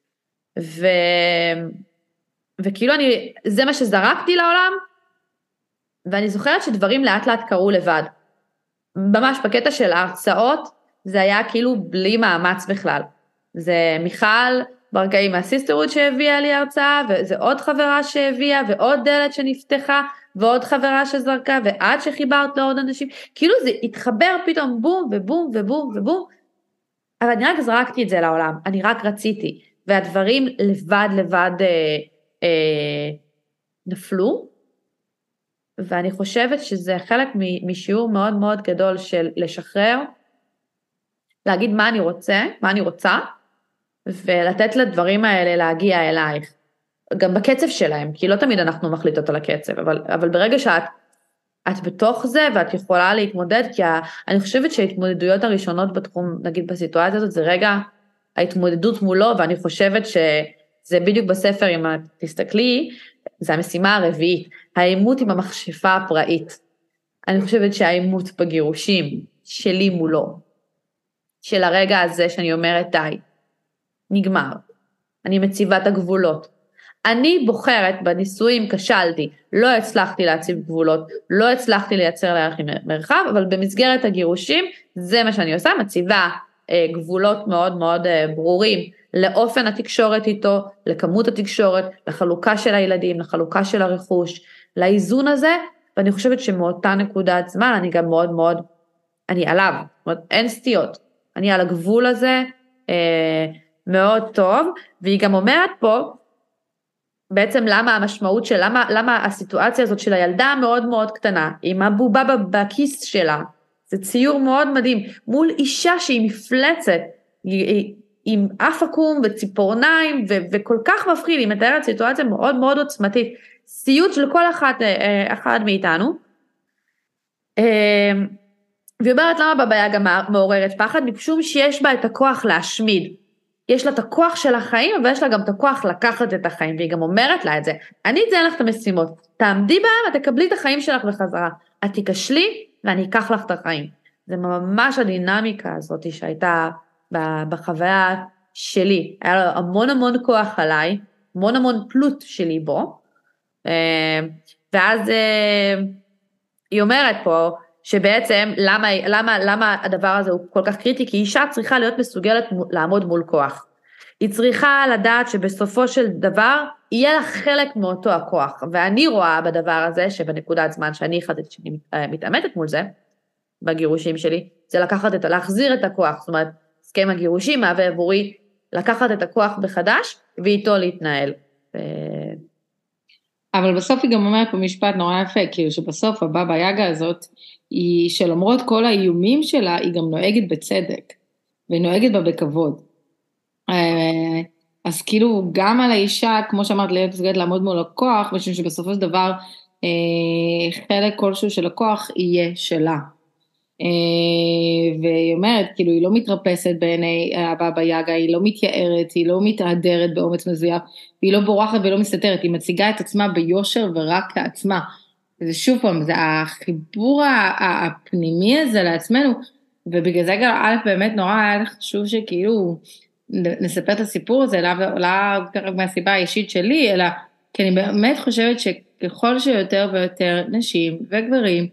וכאילו זה מה שזרקתי לעולם, ואני זוכרת שדברים לאט לאט קרו לבד. ממש בקטע של ההרצאות, זה היה כאילו בלי מאמץ בכלל. זה מיכל ברקאי מהסיסטרוד שהביאה לי הרצאה, וזה עוד חברה שהביאה, ועוד דלת שנפתחה, ועוד חברה שזרקה, ועד שחיברת לעוד אנשים, כאילו זה התחבר פתאום בום ובום ובום ובום, אבל אני רק זרקתי את זה לעולם, אני רק רציתי, והדברים לבד נפלו, ואני חושבת שזה חלק משיעור מאוד מאוד גדול של לשחרר, להגיד מה אני רוצה, ולתת לדברים האלה להגיע אלייך, גם בקצב שלהם, כי לא תמיד אנחנו מחליטות על הקצב, אבל ברגע שאת בתוך זה, ואת יכולה להתמודד, כי אני חושבת שההתמודדויות הראשונות בתחום, נגיד בסיטואציה הזאת, זה רגע ההתמודדות מולו, ואני חושבת שזה בדיוק בספר, אם את תסתכלי, זה המשימה הרביעית, העימות עם המכשפה הפראית. אני חושבת שהעימות בגירושים שלי מולו, של הרגע הזה שאני אומרת די, נגמר, אני מציבה את הגבולות, אני בוחרת בניסויים, כשלתי, לא הצלחתי להציב גבולות, לא הצלחתי לייצר לערכי מרחב, אבל במסגרת הגירושים, זה מה שאני עושה, מציבה גבולות מאוד מאוד ברורים, לאופן התקשורת איתו, לכמות התקשורת, לחלוקה של הילדים, לחלוקה של הרכוש, לאיזון הזה, ואני חושבת שמאותה נקודת זמן, אני גם מאוד מאוד, אני עליו, זאת אומרת, אין סטיות, אני על הגבול הזה, מאוד טוב, והיא גם אומרת פה, בעצם למה המשמעות של, למה הסיטואציה הזאת של הילדה המאוד מאוד קטנה, עם הבובה בכיס שלה, זה ציור מאוד מדהים, מול אישה שהיא מפלצת, עם אף עקום וציפורניים, וכל כך מפחיד, היא מתארת סיטואציה מאוד מאוד עוצמתית, סיוט של כל אחד מאיתנו, והיא אומרת למה בבא יגה מעוררת פחד, משום שיש בה את הכוח להשמיד, יש לה את הכוח של החיים, אבל יש לה גם את הכוח לקחת את החיים, והיא גם אומרת לה את זה, אני אתן לך את המשימות, תעמדי בהם, את תקבלי את החיים שלך בחזרה, את תיכשלי, ואני אקח לך את החיים. זה ממש הדינמיקה הזאת שהייתה בחוויה שלי, היה לו המון המון כוח עליי, המון המון פלוט שלי בו, ואז היא אומרת פה, שבעצם למה הדבר הזה הוא כל כך קריטי, כי אישה צריכה להיות מסוגלת לעמוד מול כוח. היא צריכה לדעת שבסופו של דבר, יהיה לה חלק מאותו הכוח, ואני רואה בדבר הזה, שבנקודת זמן שאני מתעמתת מול זה, בגירושים שלי, זה להחזיר את הכוח, זאת אומרת, הסכם הגירושים מהווה עבורי, לקחת את הכוח בחדש, ואיתו להתנהל. אבל בסוף היא גם אומרת פה משפט נורא יפה, כאילו שבסוף הבבא יגה הזאת, היא שלמרות כל האיומים שלה, היא גם נוהגת בצדק, והיא נוהגת בה בכבוד. אז כאילו גם על האישה, כמו שאמרת, להיות מסוגלת לעמוד מול הכוח, משום שבסופו של דבר, חלק כלשהו של הכוח יהיה שלה. והיא אומרת, כאילו היא לא מתרפסת בעיני הבבא יגה, היא לא מתייערת, היא לא מתהדרת באומץ מזויף, והיא לא בורחת ולא מסתתרת, היא מציגה את עצמה ביושר ורק לעצמה. וזה שוב פעם, זה החיבור הפנימי הזה לעצמנו, ובגלל זה גם א' באמת נורא היה חשוב שכאילו נספר את הסיפור הזה, לא רק מהסיבה האישית שלי, אלא כי אני באמת חושבת שככל שיותר ויותר נשים וגברים,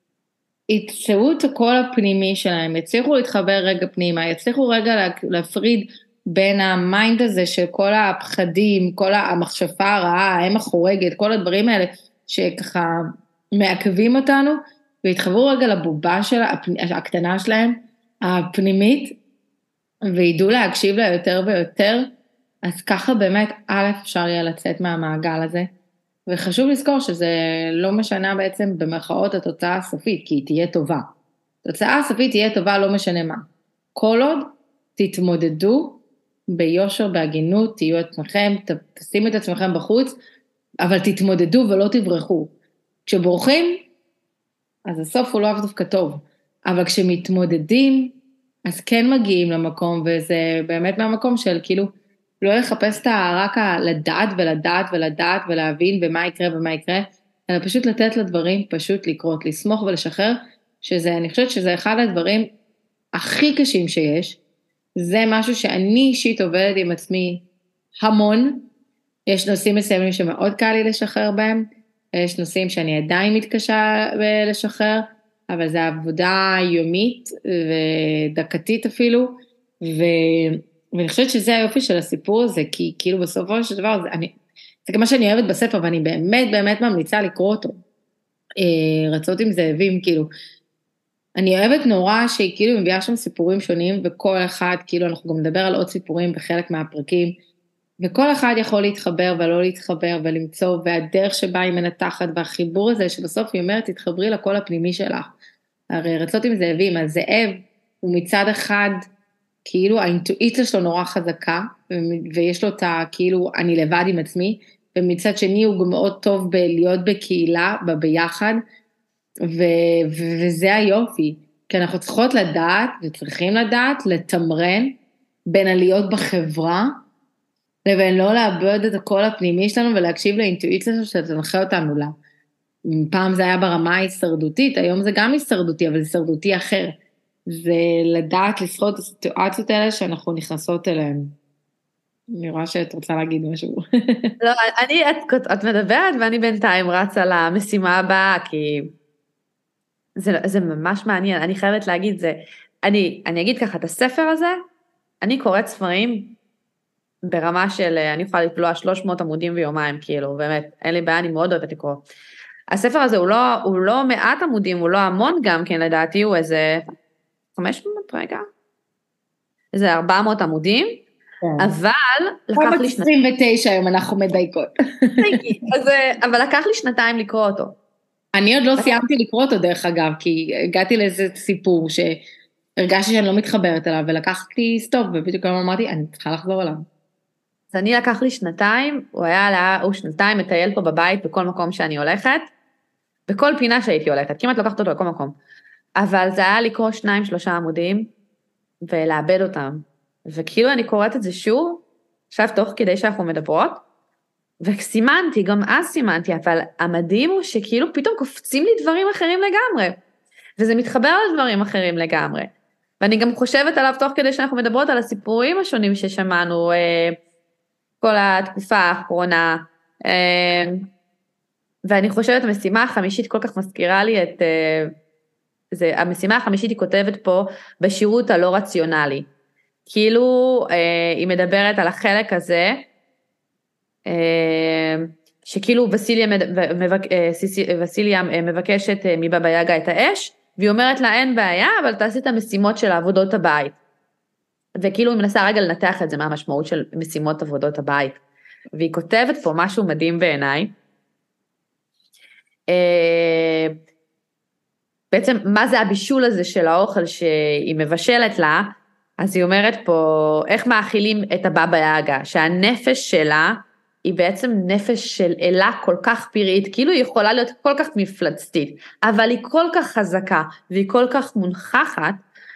יצאו את הקול הפנימי שלהם, יצליחו להתחבר רגע פנימה, יצליחו רגע להפריד בין המיינד הזה של כל הפחדים, כל המחשפה הרעה, האם החורגת, כל הדברים האלה שככה מעכבים אותנו, ויתחברו רגע לבובה הקטנה שלהם, הפנימית, וידעו להקשיב לה יותר ויותר, אז ככה באמת אפשר יהיה לצאת מהמעגל הזה, וחשוב לזכור שזה לא משנה בעצם במרכאות התוצאה הסופית, כי היא תהיה טובה. התוצאה הסופית תהיה טובה לא משנה מה. כל עוד תתמודדו ביושר, בהגינות, תהיו עצמכם, תשימו את עצמכם בחוץ, אבל תתמודדו ולא תברחו. כשבורחים, אז הסוף הוא לא דווקא טוב. אבל כשמתמודדים, אז כן מגיעים למקום, וזה באמת מהמקום של כאילו, לא לחפש רק לדעת ולדעת ולדעת ולהבין ומה יקרה ומה יקרה, אלא פשוט לתת לדברים פשוט לקרות, לסמוך ולשחרר, אני חושבת שזה אחד הדברים הכי קשים שיש, זה משהו שאני אישית עובדת עם עצמי המון, יש נושאים מסוימים שמאוד קל לי לשחרר בהם, יש נושאים שאני עדיין מתקשה לשחרר, אבל זה עבודה יומית ודקתית אפילו, ואני חושבת שזה היופי של הסיפור הזה, כי כאילו בסופו של דבר, זה כמו שאני אוהבת בספר, ואני באמת באמת ממליצה לקרוא אותו, רצות עם זאבים, כאילו, אני אוהבת נורא שהיא כאילו מביאה שם סיפורים שונים, וכל אחד, כאילו אנחנו גם נדבר על עוד סיפורים בחלק מהפרקים, וכל אחד יכול להתחבר ולא להתחבר ולמצוא, והדרך שבה היא מנתחת, והחיבור הזה שבסוף היא אומרת, תתחברי לקול הפנימי שלך. הרי רצות עם זאבים, הזאב הוא מצד אחד, כאילו האינטואיציה שלו נורא חזקה, ויש לו את כאילו אני לבד עם עצמי, ומצד שני הוא גם מאוד טוב בלהיות בקהילה, ביחד, וזה היופי, כי אנחנו צריכות לדעת, וצריכים לדעת, לתמרן, בין הלהיות בחברה, לבין לא לאבד את הקול הפנימי שלנו, ולהקשיב לאינטואיציה שלנו, שתנחה אותנו לה. פעם זה היה ברמה ההישרדותית, היום זה גם הישרדותי, אבל הישרדותי אחר. זה לדעת לשרוד את הסיטואציות האלה, שאנחנו נכנסות אליהן. אני רואה שאת רוצה להגיד משהו. לא, את מדברת, ואני בינתיים רצה למשימה הבאה, כי זה ממש מעניין, אני חייבת להגיד זה, אני אגיד ככה, את הספר הזה, אני קוראת ספרים ברמה של, אני יכולה לבלוע 300 עמודים ויומיים, כאילו, באמת, אין לי בעיה, אני מאוד אוהבת לקרוא. הספר הזה הוא לא מעט עמודים, הוא לא המון גם כן, לדעתי הוא איזה 500 רגע, איזה 400 עמודים, אבל לקח לי 29 היום אנחנו מדייקות. אבל לקח לי 2 לקרוא אותו. אני עוד לא סיימתי לקרוא אותו דרך אגב, כי הגעתי לאיזה סיפור שהרגשתי שאני לא מתחברת אליו, ולקחתי סטופ, ובדיוק גם אמרתי, אני צריכה לחזור אליו. אז אני לקח לי 2, הוא 2 מטייל פה בבית, בכל מקום שאני הולכת, בכל פינה שהייתי הולכת, כמעט לקחת אותו בכל מקום. אבל זה היה לקרוא 2-3 עמודים, ולאבד אותם. וכאילו אני קוראת את זה שוב, עכשיו תוך כדי שאנחנו מדברות, וסימנתי, גם אז סימנתי, אבל המדהים הוא שכאילו פתאום קופצים לי דברים אחרים לגמרי, וזה מתחבר לדברים אחרים לגמרי. ואני גם חושבת עליו תוך כדי שאנחנו מדברות על הסיפורים השונים ששמענו, כל התקופה האחרונה, ואני חושבת המשימה החמישית כל כך מזכירה לי את, המשימה החמישית היא כותבת פה בשירות הלא רציונלי, כאילו היא מדברת על החלק הזה, שכאילו וסיליה מבקשת מבבא יגה את האש, והיא אומרת לה אין בעיה, אבל תעשי את המשימות של עבודות הבית. וכאילו היא מנסה רגע לנתח את זה, מה המשמעות של משימות עבודות הבית. והיא כותבת פה משהו מדהים בעיניי. בעצם מה זה הבישול הזה של האוכל שהיא מבשלת לה, אז היא אומרת פה, איך מאכילים את הבבא יגה, שהנפש שלה, היא בעצם נפש של אלה כל כך פראית, כאילו היא יכולה להיות כל כך מפלצתית, אבל היא כל כך חזקה, והיא כל כך מונחחת,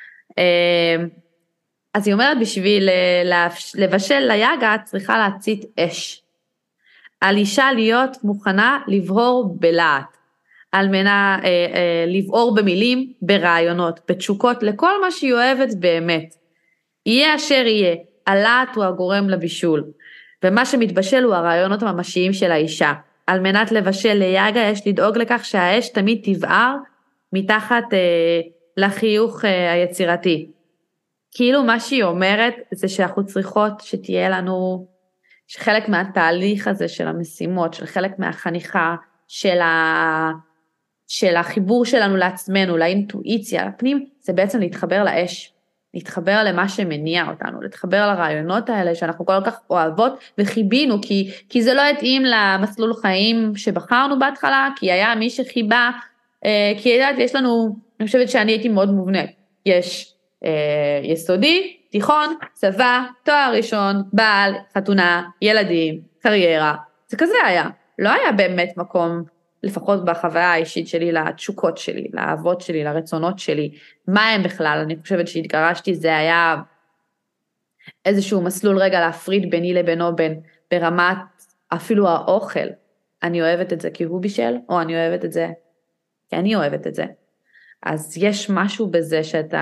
אז היא אומרת, בשביל לבשל ליגה, צריכה להצית אש. על אישה להיות מוכנה לבהור בלהט, על מנה לבעור במילים, ברעיונות, בתשוקות, לכל מה שהיא אוהבת באמת. יהיה אשר יהיה, הלהט הוא הגורם לבישול. ומה שמתבשל הוא הרעיונות הממשיים של האישה. על מנת לבשל ליגה יש לדאוג לכך שהאש תמיד תבער מתחת לחיוך היצירתי. כאילו מה שהיא אומרת זה שאנחנו צריכות שתהיה לנו, שחלק מהתהליך הזה של המשימות, של חלק מהחניכה, של החיבור שלנו לעצמנו, לאינטואיציה, לפנים, זה בעצם להתחבר לאש. להתחבר למה שמניע אותנו, להתחבר לרעיונות האלה שאנחנו כל כך אוהבות וחיבינו, כי זה לא התאים למסלול חיים שבחרנו בהתחלה, כי היה מי שחיבה, כי יודעת, יש לנו, אני חושבת שאני הייתי מאוד מובנית, יש יסודי, תיכון, צבא, תואר ראשון, בעל, חתונה, ילדים, קריירה, זה כזה היה, לא היה באמת מקום, לפחות בחוויה האישית שלי, לתשוקות שלי, לאהבות שלי, לרצונות שלי, מה הם בכלל? אני חושבת שהתגרשתי, זה היה איזשהו מסלול רגע להפריד ביני לבינו, ברמת אפילו האוכל, אני אוהבת את זה כי הוא בישל, או אני אוהבת את זה כי אני אוהבת את זה. אז יש משהו בזה שאת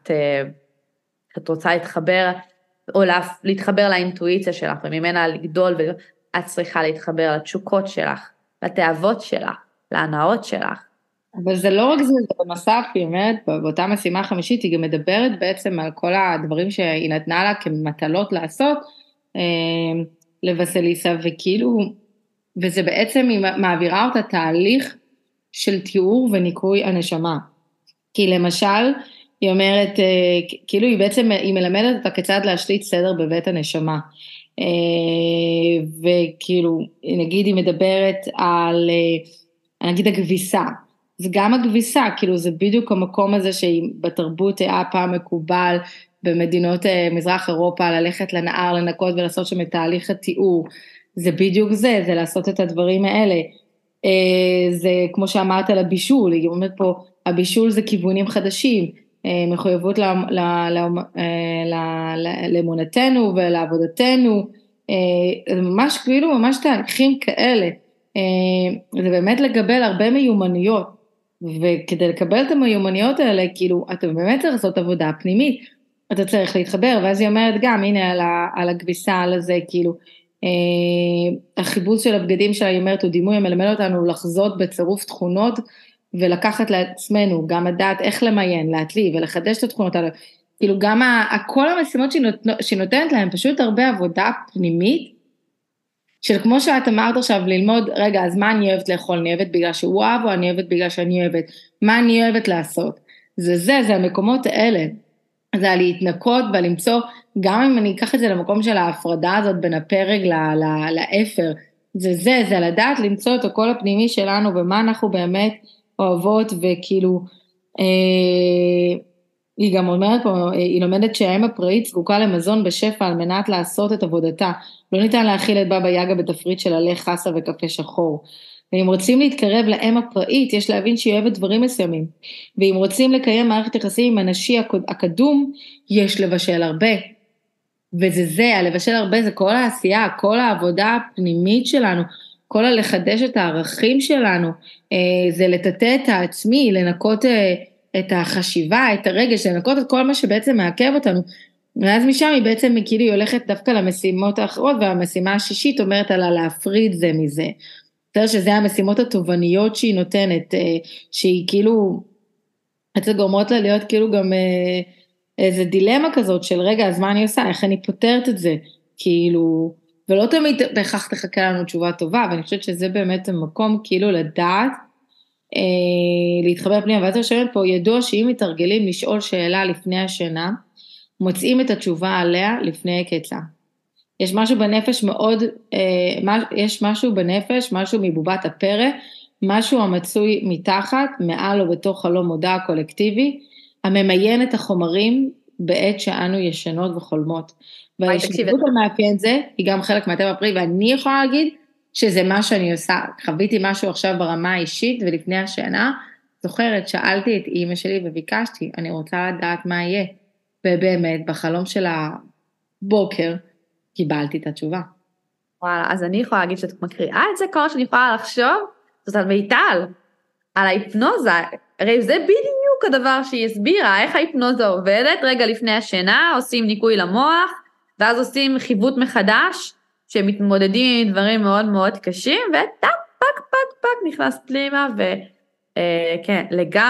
רוצה להתחבר, או להתחבר לאינטואיציה שלך, וממנה לגדול, ואת צריכה להתחבר לתשוקות שלך, לתאוות שלך, להנאות שלך. אבל זה לא רק זה, זה בנוסף, היא אומרת, באותה משימה החמישית, היא גם מדברת בעצם על כל הדברים שהיא נתנה לה כמטלות לעשות, לבסליסה, וכאילו, וזה בעצם, היא מעבירה אותה תהליך של תיאור וניקוי הנשמה. כי למשל, היא אומרת, כאילו היא בעצם, היא מלמדת אותה כיצד להשליט סדר בבית הנשמה. וכאילו, נגיד היא מדברת על, נגיד הכביסה, זה גם הכביסה, כאילו זה בדיוק המקום הזה שבתרבות היה פעם מקובל, במדינות מזרח אירופה, ללכת לנהר, לנקות ולעשות שם את תהליך התיאור, זה בדיוק זה לעשות את הדברים האלה, זה כמו שאמרת על הבישול, היא אומרת פה, הבישול זה כיוונים חדשים, מחויבות לאמונתנו ולעבודתנו, זה ממש כאילו ממש תהליכים כאלה, זה באמת לקבל הרבה מיומנויות, וכדי לקבל את המיומנויות האלה, כאילו אתה באמת צריך לעשות עבודה פנימית, אתה צריך להתחבר, ואז היא אומרת גם, הנה על הכביסה, על הזה, כאילו, החיבוץ של הבגדים שלה, היא אומרת, הוא דימוי המלמד אותנו לחזות בצירוף תכונות, ולקחת לעצמנו, גם לדעת איך למיין, להתלי ולחדש את התכונות האלה, כאילו גם כל המשימות שהיא נותנת להם, פשוט הרבה עבודה פנימית, של כמו שאת אמרת עכשיו, ללמוד, רגע, אז מה אני אוהבת לאכול? אני אוהבת בגלל שהוא אוהב, או אני אוהבת בגלל שאני אוהבת? מה אני אוהבת לעשות? זה המקומות האלה, זה להתנקות ולמצוא, גם אם אני אקח את זה למקום של ההפרדה הזאת, בין הפרק לאפר, זה לדעת למצוא את הקול הפנימי שלנו, ומה אנחנו באמת אוהבות, וכאילו, היא גם אומרת פה, היא לומדת שהאם הפראית זקוקה למזון בשפע, על מנת לעשות את עבודתה, לא ניתן להאכיל את בבא יגה בתפריט של עלי חסה וקפה שחור, ואם רוצים להתקרב לאם הפראית, יש להבין שהיא אוהבת דברים מסוימים, ואם רוצים לקיים מערכת יחסים עם הנשי הקדום, יש לבשל הרבה, וזה, הלבשל הרבה זה כל העשייה, כל העבודה הפנימית שלנו, כל הלחדש את הערכים שלנו, זה לטטא את העצמי, לנקות את החשיבה, את הרגש, לנקות את כל מה שבעצם מעכב אותנו, ואז משם היא בעצם כאילו היא הולכת דווקא למשימות האחרות, והמשימה השישית אומרת עלה להפריד זה מזה, שזה המשימות התובניות שהיא נותנת, שהיא כאילו, זה גורמות לה להיות כאילו גם איזה דילמה כזאת של רגע, אז מה אני עושה, איך אני פותרת את זה, כאילו, ולא תמיד בהכרח תחכה לנו תשובה טובה, ואני חושבת שזה באמת המקום כאילו לדעת, להתחבר פנימה, ואז אני פה, ידוע שאם מתרגלים לשאול שאלה לפני השינה, מוצאים את התשובה עליה לפני הקצה. יש משהו בנפש מאוד, יש משהו בנפש, משהו מבובת הפרא, משהו המצוי מתחת, מעל או בתוך הלא מודע הקולקטיבי, הממיין את החומרים בעת שאנו ישנות וחולמות. והישנות המאפיין זה, היא גם חלק מהטבע הפראי, ואני יכולה להגיד שזה מה שאני עושה, חוויתי משהו עכשיו ברמה האישית, ולפני השינה, זוכרת, שאלתי את אמא שלי וביקשתי, אני רוצה לדעת מה יהיה, ובאמת בחלום של הבוקר, קיבלתי את התשובה. וואלה, אז אני יכולה להגיד שאת מקריאה את זה, כל שאני יכולה לחשוב, זאת על מיטל, על ההיפנוזה, הרי זה בדיוק הדבר שהיא הסבירה, איך ההיפנוזה עובדת, רגע לפני השינה, עושים ניקוי למוח, ואז עושים חיווט מחדש, שמתמודדים עם דברים מאוד מאוד קשים, וטק, פק, פק, פק, נכנס פנימה, וכן,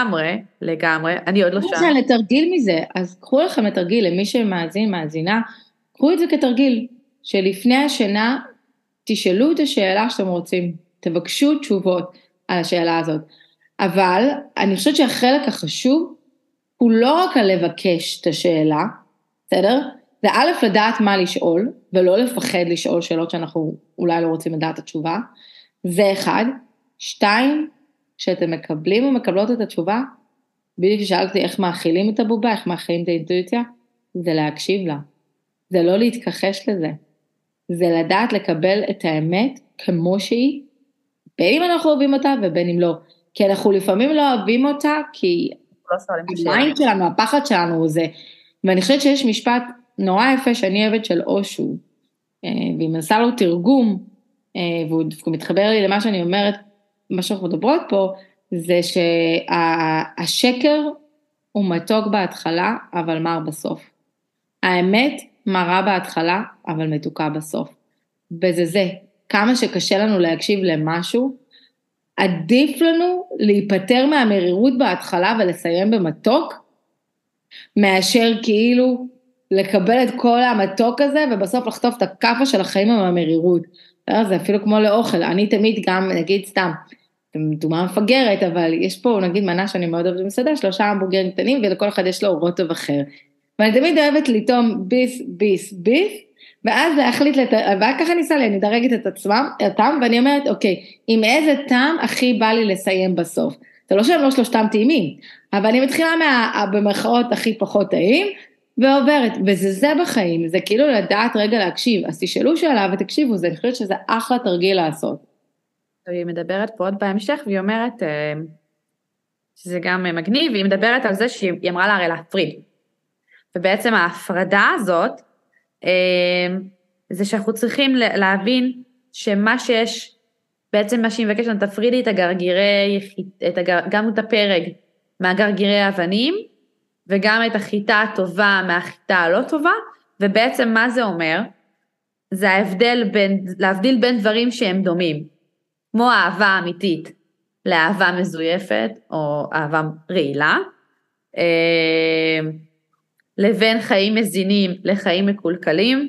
לגמרי, אני עוד לא שם. זה לתרגיל מזה, אז קחו לכם לתרגיל, למי שמאזין, מאזינה, קחו את זה כתרגיל, שלפני השינה, תשאלו את השאלה שאתם רוצים, תבקשו תשובות על השאלה הזאת, אבל אני חושבת שהחלק החשוב, הוא לא רק על לבקש את השאלה, בסדר? זה א' לדעת מה לשאול, ולא לפחד לשאול שאלות שאנחנו אולי לא רוצים לדעת את התשובה, זה אחד, שתיים, שאתם מקבלים ומקבלות את התשובה, בדיוק ששאלתי איך מאכילים את הבובה, איך מאכילים את האינטואיציה, זה להקשיב לה, זה לא להתכחש לזה, זה לדעת לקבל את האמת כמו שהיא, בין אם אנחנו אוהבים אותה ובין אם לא, כי אנחנו לפעמים לא אוהבים אותה, כי המיינד שלנו, הפחד שלנו הוא זה, ואני חושבת שיש משפט נורא יפה שאני אוהבת של אושו, והיא מנסה לו תרגום, והוא מתחבר לי למה שאני אומרת, מה שאנחנו מדברות פה, זה שהשקר הוא מתוק בהתחלה, אבל מר בסוף. האמת מרה בהתחלה, אבל מתוקה בסוף. וזה, כמה שקשה לנו להקשיב למשהו, עדיף לנו להיפטר מהמרירות בהתחלה ולסיים במתוק, מאשר כאילו לקבל את כל המתוק הזה, ובסוף לחטוף את הכפה של החיים עם המרירות. זה אפילו כמו לאוכל, אני תמיד גם, נגיד סתם, דומה מפגרת, אבל יש פה נגיד מנה שאני מאוד אוהבת במסעדה, 3 המבורגרים קטנים, ולכל אחד יש לו רוטב אחר. ואני תמיד אוהבת לטעום ביס, ביס, ביס, ואז להחליט, וככה ניסה לי, אני דרגת את עצמם, אותם, ואני אומרת, אוקיי, עם איזה טעם הכי בא לי לסיים בסוף? זה לא שהם לא שלושתם טעימים, אבל אני מתחילה במרכאות הכי פחות טעים, ועוברת, וזה בחיים, זה כאילו לדעת רגע להקשיב, אז תשאלו שאלה ותקשיבו, אני חושבת שזה אחלה תרגיל לעשות. היא מדברת פה עוד בהמשך, והיא אומרת, שזה גם מגניב, והיא מדברת על זה שהיא אמרה לה הרי להפריד. ובעצם ההפרדה הזאת, זה שאנחנו צריכים להבין שמה שיש, בעצם מה שהיא מבקשת, תפרידי את הגרגירי, גם את הפרק מהגרגירי האבנים, וגם את החיטה הטובה מהחיטה הלא טובה, ובעצם מה זה אומר? זה ההבדל להבדיל בין דברים שהם דומים, כמו אהבה אמיתית לאהבה מזויפת, או אהבה רעילה, לבין חיים מזינים לחיים מקולקלים,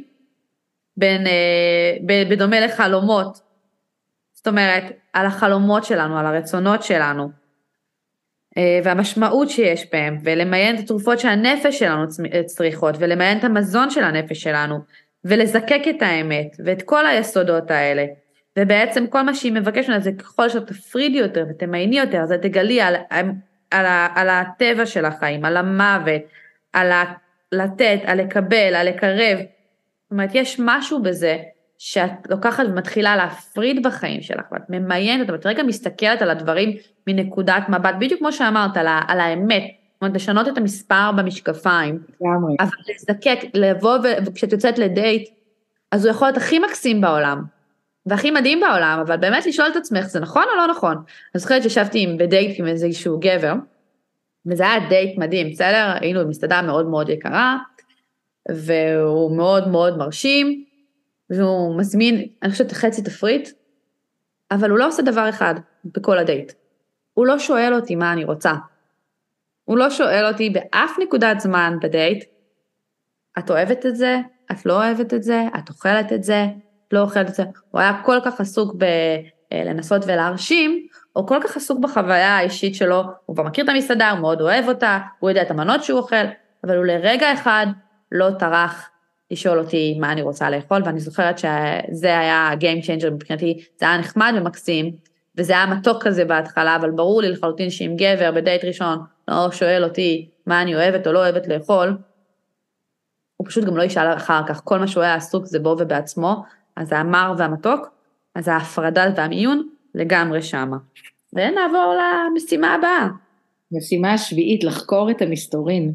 בדומה לחלומות, זאת אומרת, על החלומות שלנו, על הרצונות שלנו, והמשמעות שיש בהם, ולמיין את התרופות שהנפש שלנו צריכות, ולמיין את המזון של הנפש שלנו, ולזקק את האמת, ואת כל היסודות האלה, ובעצם כל מה שהיא מבקשת, זה ככל שתפרידי יותר, ותמייני יותר, אז תגלי על הטבע של החיים, על המוות, על לתת, על לקבל, על לקרב, זאת אומרת, יש משהו בזה, שאת לוקחת ומתחילה להפריד בחיים שלך, ואת ממיינת, ואת רגע מסתכלת על הדברים מנקודת מבט, בדיוק כמו שאמרת, על האמת, זאת אומרת, לשנות את המספר במשקפיים, אבל לזקק, לבוא, וכשאת יוצאת לדייט, אז הוא יכול להיות הכי מקסים בעולם, והכי מדהים בעולם, אבל באמת לשאול את עצמך, זה נכון או לא נכון? אני זוכרת שישבתי בדייט עם איזשהו גבר, וזה היה דייט מדהים, בסדר? היינו במסעדה מאוד מאוד יקרה, והוא מאוד מאוד מרשים, והוא מזמין, אני חושבת חצי תפריט, אבל הוא לא עושה דבר אחד בכל הדייט. הוא לא שואל אותי מה אני רוצה. הוא לא שואל אותי באף נקודת זמן בדייט, את אוהבת את זה? את לא אוהבת את זה? את אוכלת את זה? לא אוכלת את זה? הוא היה כל כך עסוק בלנסות ולהרשים, או כל כך עסוק בחוויה האישית שלו, הוא כבר מכיר את המסעדה, הוא מאוד אוהב אותה, הוא יודע את המנות שהוא אוכל, אבל הוא לרגע אחד לא טרח לשאול אותי מה אני רוצה לאכול, ואני זוכרת שזה היה game changer מבחינתי, זה היה נחמד ומקסים, וזה היה מתוק כזה בהתחלה, אבל ברור לי לחלוטין שאם גבר בדייט ראשון לא שואל אותי מה אני אוהבת או לא אוהבת לאכול, הוא פשוט גם לא ישאל אחר כך, כל מה שהוא היה עסוק זה בו ובעצמו, אז המר והמתוק, אז ההפרדה והמיון לגמרי שמה. ונעבור למשימה הבאה. משימה השביעית, לחקור את המסתורין.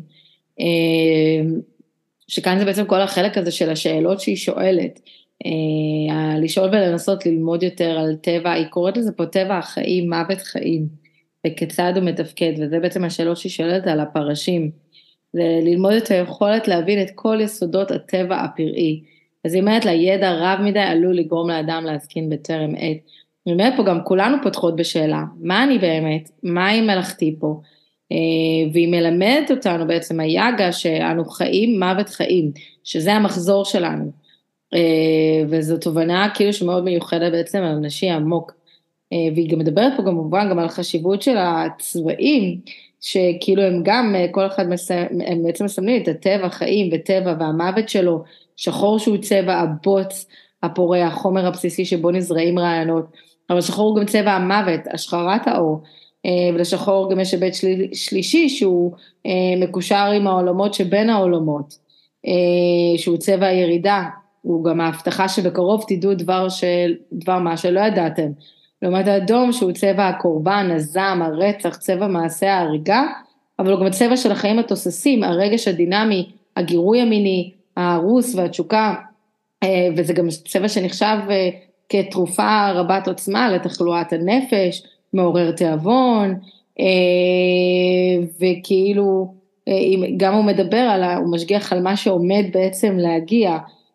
שכאן זה בעצם כל החלק הזה של השאלות שהיא שואלת. לשאול ולנסות ללמוד יותר על טבע, היא קוראת לזה פה טבע החיים, מוות חיים, וכיצד הוא מתפקד, וזה בעצם השאלות שהיא שואלת על הפרשים. זה ללמוד את היכולת להבין את כל יסודות הטבע הפראי. אז היא אומרת לה, ידע רב מדי עלול לגרום לאדם להזקין בטרם עת. היא אומרת פה, גם כולנו פותחות בשאלה, מה אני באמת, מה היא מלאכתי פה, והיא מלמדת אותנו בעצם היגה שאנו חיים, מוות חיים, שזה המחזור שלנו, וזו תובנה כאילו שמאוד מיוחדת בעצם על אנשי עמוק, והיא גם מדברת פה כמובן גם על החשיבות של הצבעים, שכאילו הם גם, כל אחד הם בעצם מסמנים את הטבע, החיים וטבע והמוות שלו, שחור שהוא צבע הבוץ, הפורה, החומר הבסיסי שבו נזרעים רעיונות, אבל שחור הוא גם צבע המוות, השחרת האור, ולשחור גם יש היבט שלישי שהוא מקושר עם העולמות שבין העולמות, שהוא צבע הירידה, הוא גם ההבטחה שבקרוב תדעו דבר מה שלא ידעתם, לעומת האדום שהוא צבע הקורבן, הזעם, הרצח, צבע מעשה ההריגה, אבל הוא גם צבע של החיים התוססים, הרגש הדינמי, הגירוי המיני, הרוס והתשוקה, וזה גם צבע שנחשב כתרופה רבת עוצמה לתחלואת הנפש, מעורר תיאבון, וכאילו גם הוא מדבר הוא משגיח על מה שעומד בעצם להגיע,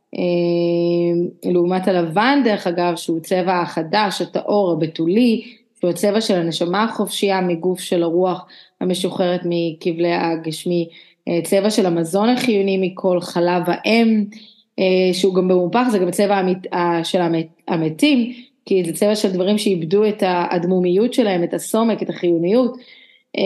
לעומת הלבן דרך אגב, שהוא צבע החדש, הטהור, הבתולי, שהוא הצבע של הנשמה החופשייה מגוף של הרוח המשוחררת מכבלי הגשמי, צבע של המזון החיוני מכל חלב האם, שהוא גם במופח, זה גם צבע של המתים, כי זה צבע של דברים שאיבדו את האדמומיות שלהם, את הסומק, את החיוניות,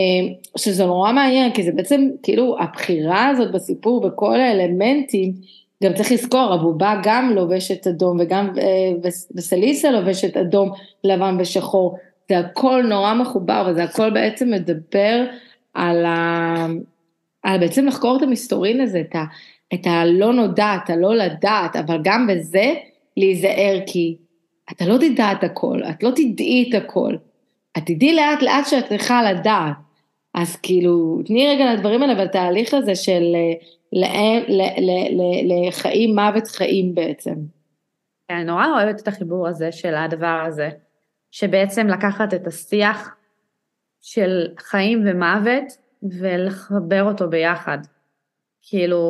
שזה נורא מעניין, כי זה בעצם כאילו הבחירה הזאת בסיפור, בכל האלמנטים, גם צריך לזכור, הבובה גם לובשת אדום, וגם וסליסה לובשת אדום, לבן ושחור, זה הכל נורא מחובר, וזה הכל בעצם מדבר על בעצם לחקור את המסתורין הזה, את הלא נודע, את הלא לדעת, אבל גם בזה להיזהר, כי אתה לא תדע את הכל, את לא תדעי את הכל, את תדעי לאט לאט שאת צריכה לדעת, אז כאילו, תני רגע לדברים האלה, בתהליך הזה של לחיים, מוות חיים בעצם. אני נורא אוהבת את החיבור הזה של הדבר הזה, שבעצם לקחת את השיח של חיים ומוות, ולחבר אותו ביחד. כאילו,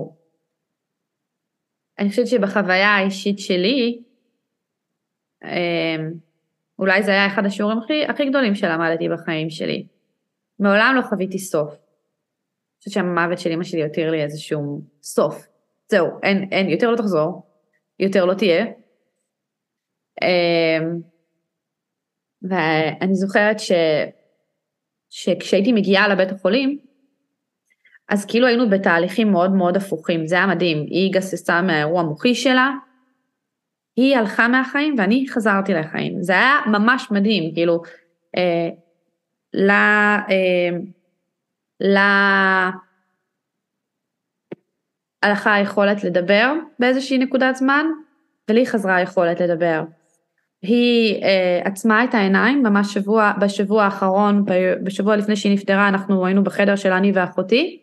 אני חושבת שבחוויה האישית שלי, אולי זה היה אחד השיעורים הכי גדולים שלמדתי בחיים שלי. מעולם לא חוויתי סוף. אני חושבת שהמוות של אמא שלי יותיר לי איזשהו סוף. זהו, אין, יותר לא תחזור, יותר לא תהיה. ואני זוכרת שכשהייתי מגיעה לבית החולים, אז כאילו היינו בתהליכים מאוד מאוד הפוכים, זה היה מדהים, היא גססה מהאירוע המוחי שלה, היא הלכה מהחיים ואני חזרתי לחיים, זה היה ממש מדהים, כאילו, הלכה היכולת לדבר באיזושהי נקודת זמן, ולי חזרה היכולת לדבר. היא עצמה את העיניים, ממש בשבוע האחרון, בשבוע לפני שהיא נפטרה, אנחנו היינו בחדר של אני ואחותי,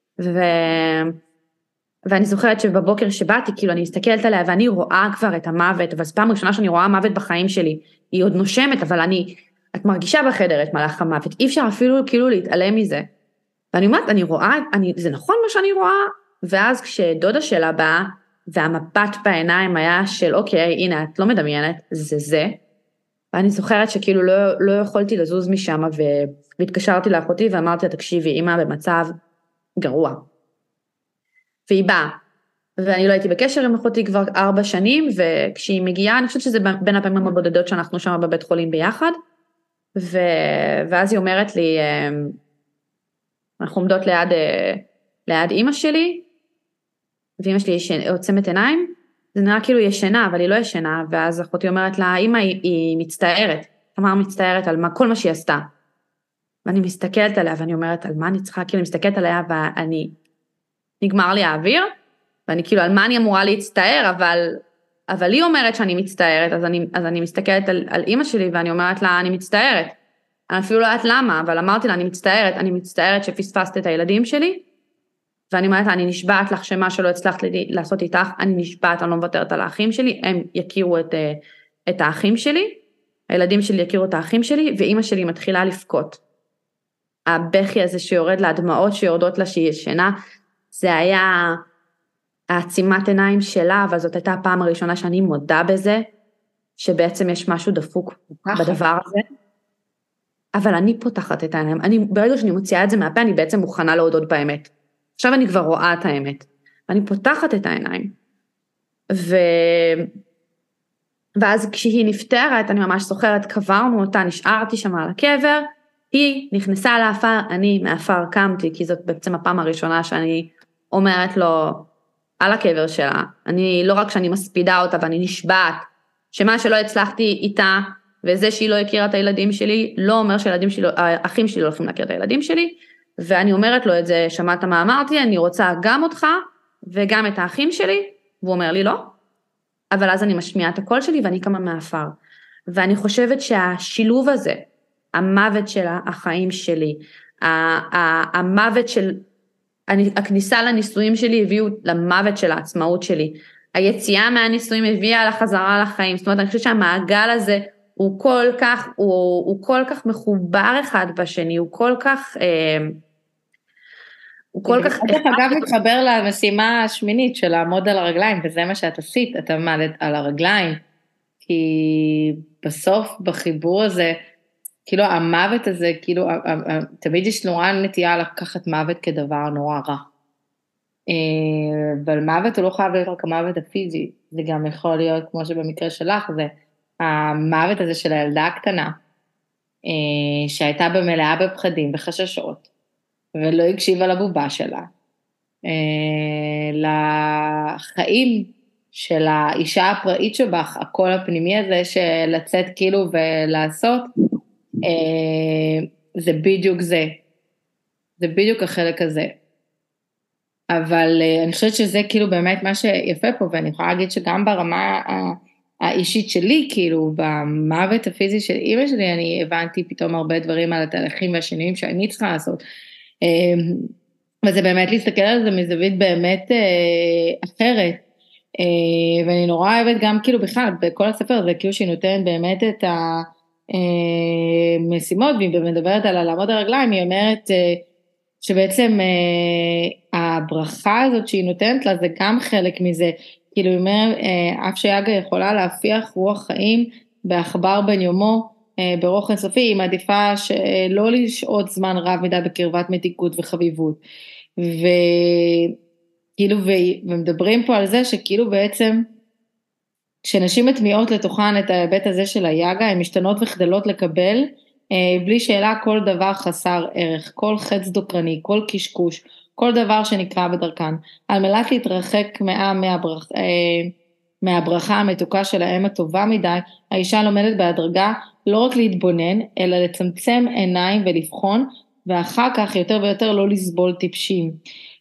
ואני זוכרת שבבוקר שבאתי, כאילו אני מסתכלת עליה, ואני רואה כבר את המוות, אבל זו פעם ראשונה שאני רואה מוות בחיים שלי, היא עוד נושמת, אבל את מרגישה בחדר את מלאך המוות, אי אפשר אפילו כאילו להתעלם מזה, ואני אומרת, אני רואה, זה נכון מה שאני רואה, ואז כשדודה שלה באה, והמבט בעיניים היה של, אוקיי, הנה, את לא מדמיינת, זה, ואני זוכרת שכאילו לא יכולתי לזוז משם, והתקשרתי לאחותי ואמרתי, תקשיבי, אמא במצב גרוע. והיא באה, ואני לא הייתי בקשר עם אחותי כבר 4 שנים, וכשהיא מגיעה, אני חושבת שזה בין הפעמים הבודדות שאנחנו שם בבית חולים ביחד, ואז היא אומרת לי, אנחנו עומדות ליד אמא שלי, ואמא שלי עוצמת עיניים, זה נראה כאילו ישנה, אבל היא לא ישנה, ואז אחותי אומרת לה, אמא היא מצטערת, תמר מצטערת על כל מה שהיא עשתה, ואני מסתכלת עליה, ואני אומרת, על מה אני צריכה, כאילו, מסתכלת עליה, נגמר לי האוויר, ואני כאילו, על מה אני אמורה להצטער, אבל היא אומרת שאני מצטערת, אז אני מסתכלת על אמא שלי, ואני אומרת לה, אני מצטערת, אני אפילו לא יודעת למה, אבל אמרתי לה, אני מצטערת שפספסת את הילדים שלי, ואני אומרת לה, אני נשבעת לך שמה שלא הצלחת לעשות איתך, אני נשבעת, אני לא מוותרת על האחים שלי, הם יכירו את האחים שלי, הילדים שלי יכירו את האחים שלי, ואמא שלי מתחילה לפקות. הבכי הזה שיורד לה, הדמעות שיורדות לה שהיא ישנה, זה היה העצימת עיניים שלה, אבל זאת הייתה הפעם הראשונה שאני מודה בזה, שבעצם יש משהו דפוק בדבר הזה, אבל אני פותחת את העיניים, ברגע שאני מוציאה את זה מהפה, אני בעצם מוכנה להודות באמת. עכשיו אני כבר רואה את האמת, ואני פותחת את העיניים, ואז כשהיא נפטרת, אני ממש זוכרת, קברנו אותה, נשארתי שם על הקבר, היא נכנסה לאפר, אני מאפר קמתי, כי זאת בעצם הפעם הראשונה שאני אומרת לו, על הקבר שלה, אני לא רק שאני מספידה אותה, ואני נשבעת, שמה שלא הצלחתי איתה, וזה שהיא לא הכירה את הילדים שלי, לא אומר שהאחים שלי לא הולכים להכיר את הילדים שלי, ואני אומרת לו את זה, שמעת מה אמרתי, אני רוצה גם אותך, וגם את האחים שלי, והוא אומר לי לא, אבל אז אני משמיעה את הקול שלי, ואני קמה מאפר, ואני חושבת שהשילוב הזה, המוות של החיים שלי, המוות של, הכניסה לניסויים שלי, הביאו למוות של העצמאות שלי, היציאה מהניסויים הביאה לחזרה לחיים, זאת אומרת, אני חושבת שהמעגל הזה, הוא כל כך מחובר אחד בשני, הוא כל כך אגב מתחבר למשימה השמינית של לעמוד על הרגליים, וזה מה שאת עשית, את עמדת על הרגליים, כי בסוף בחיבור הזה, כאילו המוות הזה, כאילו תמיד יש נורא נטייה לקחת מוות כדבר נורא רע, אבל מוות הוא לא חייב להיות רק המוות הפיזי, זה גם יכול להיות כמו שבמקרה שלך, זה המוות הזה של הילדה הקטנה, שהייתה במלאה בפחדים וחששות, ולא הקשיבה לבובה שלה, לחיים של האישה הפראית שבך, הקול הפנימי הזה של לצאת כאילו ולעשות, זה בדיוק זה. זה בדיוק החלק הזה. אבל אני חושבת שזה כאילו באמת מה שיפה פה, ואני יכולה להגיד שגם ברמה האישית שלי, כאילו במוות הפיזי של אמא שלי, אני הבנתי פתאום הרבה דברים על התהליכים והשינויים שאני צריכה לעשות. וזה באמת להסתכל על זה מזווית באמת אחרת. ואני נורא אוהבת גם כאילו בכלל, בכל הספר הזה, כאילו שהיא נותנת באמת את המשימות, והיא מדברת על לעמוד הרגליים, היא אומרת שבעצם הברכה הזאת שהיא נותנת לה, זה גם חלק מזה, כאילו היא אומרת, אף שיגה יכולה להפיח רוח חיים, בעכבר בן יומו, ברוך אינסופי, היא מעדיפה שלא לשעות זמן רב מדי בקרבת מתיקות וחביבות, וכאילו, ומדברים פה על זה שכאילו בעצם, כשנשים מטמיעות לתוכן את ההיבט הזה של היגה, הן משתנות וחדלות לקבל, בלי שאלה כל דבר חסר ערך, כל חץ דוקרני, כל קשקוש, כל דבר שנקרא בדרכן, על מנת להתרחק מהברכה המתוקה של האם הטובה מדי, האישה לומדת בהדרגה לא רק להתבונן, אלא לצמצם עיניים ולבחון, ואחר כך יותר ויותר לא לסבול טיפשים.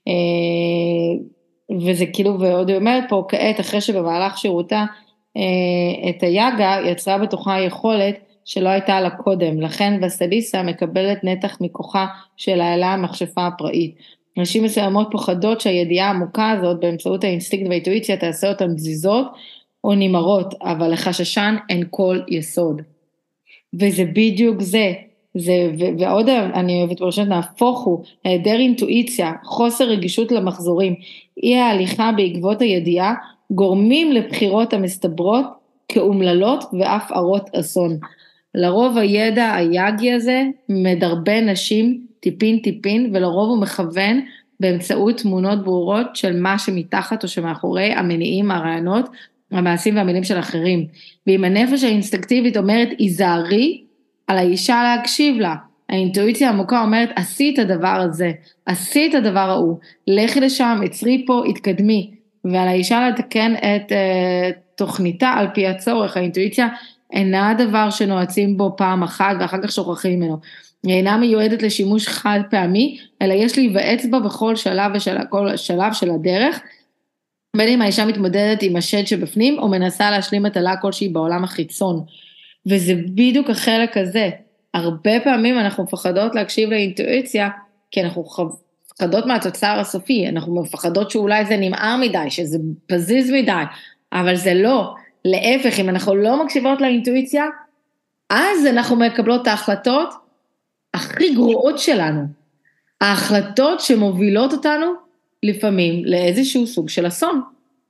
וזה כאילו, ועוד היא אומרת פה, כעת אחרי שבמהלך שירותה, את היגה יצרה בתוכה יכולת שלא הייתה לה קודם, לכן וסליסה מקבלת נתח מכוחה של האלה המכשפה הפראית. נשים מסוימות פוחדות שהידיעה העמוקה הזאת באמצעות האינסטינקט והאינטואיציה תעשה אותן תזיזות או נמרות, אבל לחששן אין כל יסוד. וזה בדיוק זה, ועוד אני אוהבת פרשת נהפוך הוא, היעדר אינטואיציה, חוסר רגישות למחזורים, אי ההליכה בעקבות הידיעה, גורמים לבחירות המסתברות כאומללות ואף ערות אסון. לרוב הידע היגי הזה מדרבן נשים טיפין, ולרוב הוא מכוון באמצעות תמונות ברורות של מה שמתחת או שמאחורי המניעים, הרעיונות, המעשים והמילים של אחרים. ואם הנפש האינסטינקטיבית אומרת, היזהרי, על האישה להקשיב לה. האינטואיציה העמוקה אומרת, עשי את הדבר הזה, עשי את הדבר ההוא, לכי לשם, עצרי פה, התקדמי. ועל האישה לתקן את תוכניתה על פי הצורך. האינטואיציה אינה דבר שנועצים בו פעם אחת ואחר כך שוכחים ממנו. היא אינה מיועדת לשימוש חד פעמי, אלא יש להיוועץ בה בכל שלב כל שלב של הדרך, בין אם האישה מתמודדת עם השד שבפנים, או מנסה להשלים מטלה כלשהי בעולם החיצון. וזה בדיוק החלק הזה. הרבה פעמים אנחנו מפחדות להקשיב לאינטואיציה, כי אנחנו מפחדות מהתוצר הסופי, אנחנו מפחדות שאולי זה נמהר מדי, שזה פזיז מדי, אבל זה לא. להפך, אם אנחנו לא מקשיבות לאינטואיציה, אז אנחנו מקבלות את ההחלטות הכי גרועות שלנו. ההחלטות שמובילות אותנו לפעמים לאיזשהו סוג של אסון.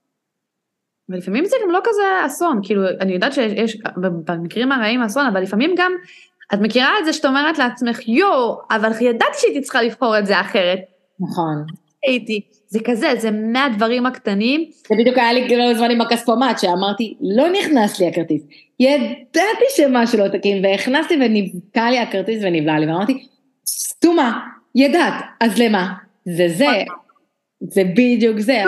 ולפעמים זה גם לא כזה אסון, כאילו אני יודעת שיש במקרים הרעים אסון, אבל לפעמים גם, את מכירה את זה שאת אומרת לעצמך, אבל ידעתי שהייתי צריכה לבחור את זה אחרת. נכון. זה כזה, זה מהדברים הקטנים. זה בדיוק היה לי כאילו זמן עם הכספומט, שאמרתי, לא נכנס לי הכרטיס. ידעתי שמשהו לא תקין, והכנסתי ונבקע לי הכרטיס ונבלע לי, ואמרתי, סתומה, ידעת, אז למה? זה בדיוק זה.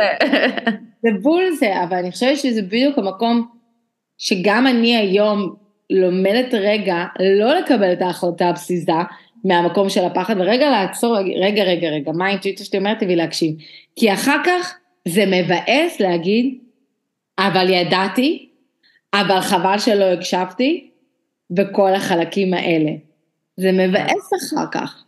זה בול זה, אבל אני חושבת שזה בדיוק המקום, שגם אני היום לומדת רגע, לא לקבל את ההחלטה הבסיסה, מהמקום של הפחד, ורגע לעצור, רגע, מה האינטואיציה שלי אומרת לי להקשיב, כי אחר כך זה מבאס להגיד, אבל ידעתי, אבל חבל שלא הקשבתי, בכל החלקים האלה, זה מבאס אחר כך,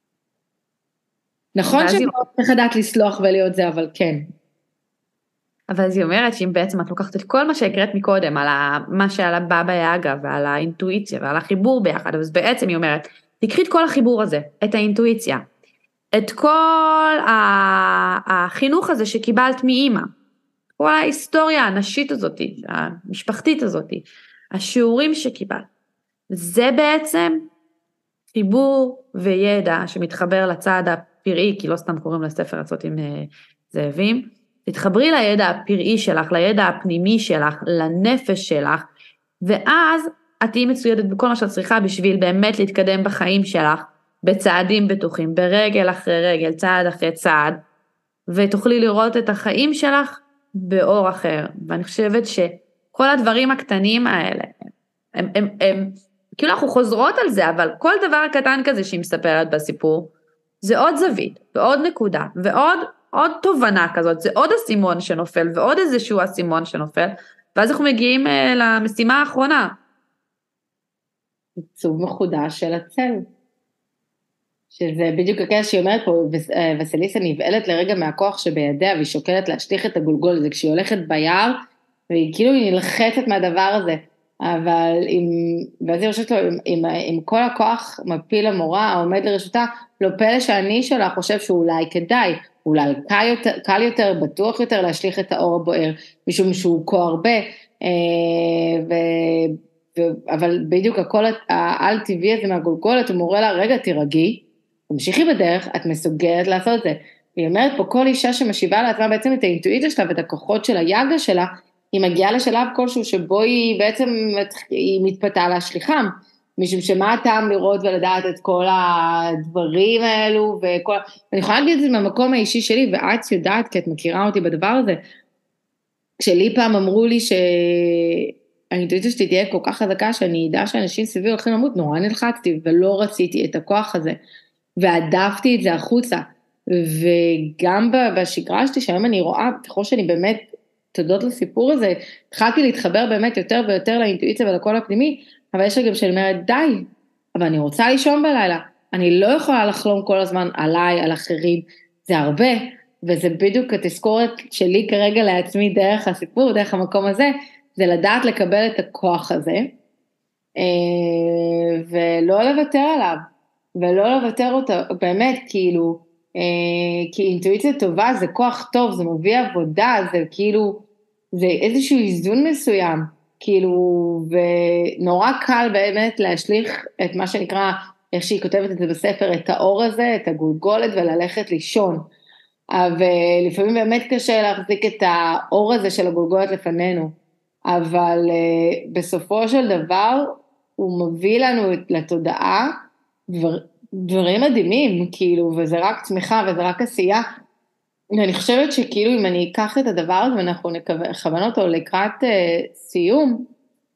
נכון שאני צריך לדעת לסלוח ולהיות זה, אבל כן. אבל אז היא אומרת שאם בעצם את לוקחת את כל מה שהקראת מקודם, על מה שעל הבבא יגה, ועל האינטואיציה, ועל החיבור ביחד, אז בעצם היא אומרת, תקחי את כל החיבור הזה, את האינטואיציה, את כל החינוך הזה שקיבלת מאמא, כל ההיסטוריה הנשית הזאת, המשפחתית הזאת, השיעורים שקיבלת, זה בעצם חיבור וידע שמתחבר לצד הפראי, כי לא סתם קוראים לספר עצות עם זאבים, תתחברי לידע הפראי שלך, לידע הפנימי שלך, לנפש שלך, ואז את תהיי מצוידת בכל מה שאת צריכה בשביל באמת להתקדם בחיים שלך, בצעדים בטוחים, ברגל אחרי רגל, צעד אחרי צעד, ותוכלי לראות את החיים שלך באור אחר. ואני חושבת שכל הדברים הקטנים האלה, הם כאילו אנחנו חוזרות על זה, אבל כל דבר קטן כזה שהיא מספרת בסיפור, זה עוד זווית, ועוד נקודה, ועוד תובנה כזאת, זה עוד הסימון שנופל, ועוד איזשהו הסימון שנופל, ואז אנחנו מגיעים למשימה האחרונה. עיצוב מחודש של הצל. שזה בדיוק הקטע שהיא אומרת פה, וסליסה נבעלת לרגע מהכוח שבידיה, והיא שוקלת להשליך את הגולגול הזה, כשהיא הולכת ביער, והיא כאילו נלחצת מהדבר הזה, אבל ואז היא חושבת לו, אם כל הכוח מפיל המורה, העומד לרשותה, לא פלא שאני שלה חושב שאולי כדאי, אולי קל יותר, בטוח יותר להשליך את האור הבוער, משום שהוא כה הרבה, אבל בדיוק הכל העל טבעי הזה מהגולגולת, הוא מורה לה, רגע תירגעי, תמשיכי בדרך, את מסוגלת לעשות את זה. היא אומרת פה, כל אישה שמשיבה לעצמה בעצם את האינטואיציה שלה ואת הכוחות של היגה שלה, היא מגיעה לשלב כלשהו שבו היא בעצם היא מתפתה להשליחם, משום שמה הטעם לראות ולדעת את כל הדברים האלו, אני יכולה להגיד את זה מהמקום האישי שלי, ואת יודעת, כי את מכירה אותי בדבר הזה, כשלי פעם אמרו לי שהאינטואיציה שלי תהיה כל כך חזקה, שאני ידע שאנשים סביבי הולכים למות, נורא נלחצתי, ולא רציתי את הכוח הזה, ועדפתי את זה החוצה, וגם בשגרה שלי, שהיום אני רואה, ככל שאני באמת, תודות לסיפור הזה, התחלתי להתחבר באמת יותר ויותר לאינטואיציה ולקול הפנימי, אבל יש רגע שאני אומרת, די, אבל אני רוצה לישון בלילה, אני לא יכולה לחלום כל הזמן עליי, על אחרים, זה הרבה, וזה בדיוק התזכורת שלי כרגע לעצמי דרך הסיפור, דרך המקום הזה, זה לדעת לקבל את הכוח הזה, ולא לוותר עליו, ולא לוותר אותו, באמת כאילו, כי אינטואיציה טובה זה כוח טוב, זה מביא עבודה, זה כאילו, זה איזשהו איזון מסוים, כאילו, ונורא קל באמת להשליך את מה שנקרא, איך שהיא כותבת את זה בספר, את האור הזה, את הגולגולת וללכת לישון, ולפעמים באמת קשה להחזיק את האור הזה של הגולגולת לפנינו, אבל בסופו של דבר, הוא מביא לנו לתודעה דברים מדהימים, כאילו, וזה רק צמיחה וזה רק עשייה, ואני חושבת שכאילו אם אני אקח את הדבר הזה ואנחנו נכוון אותו לקראת סיום,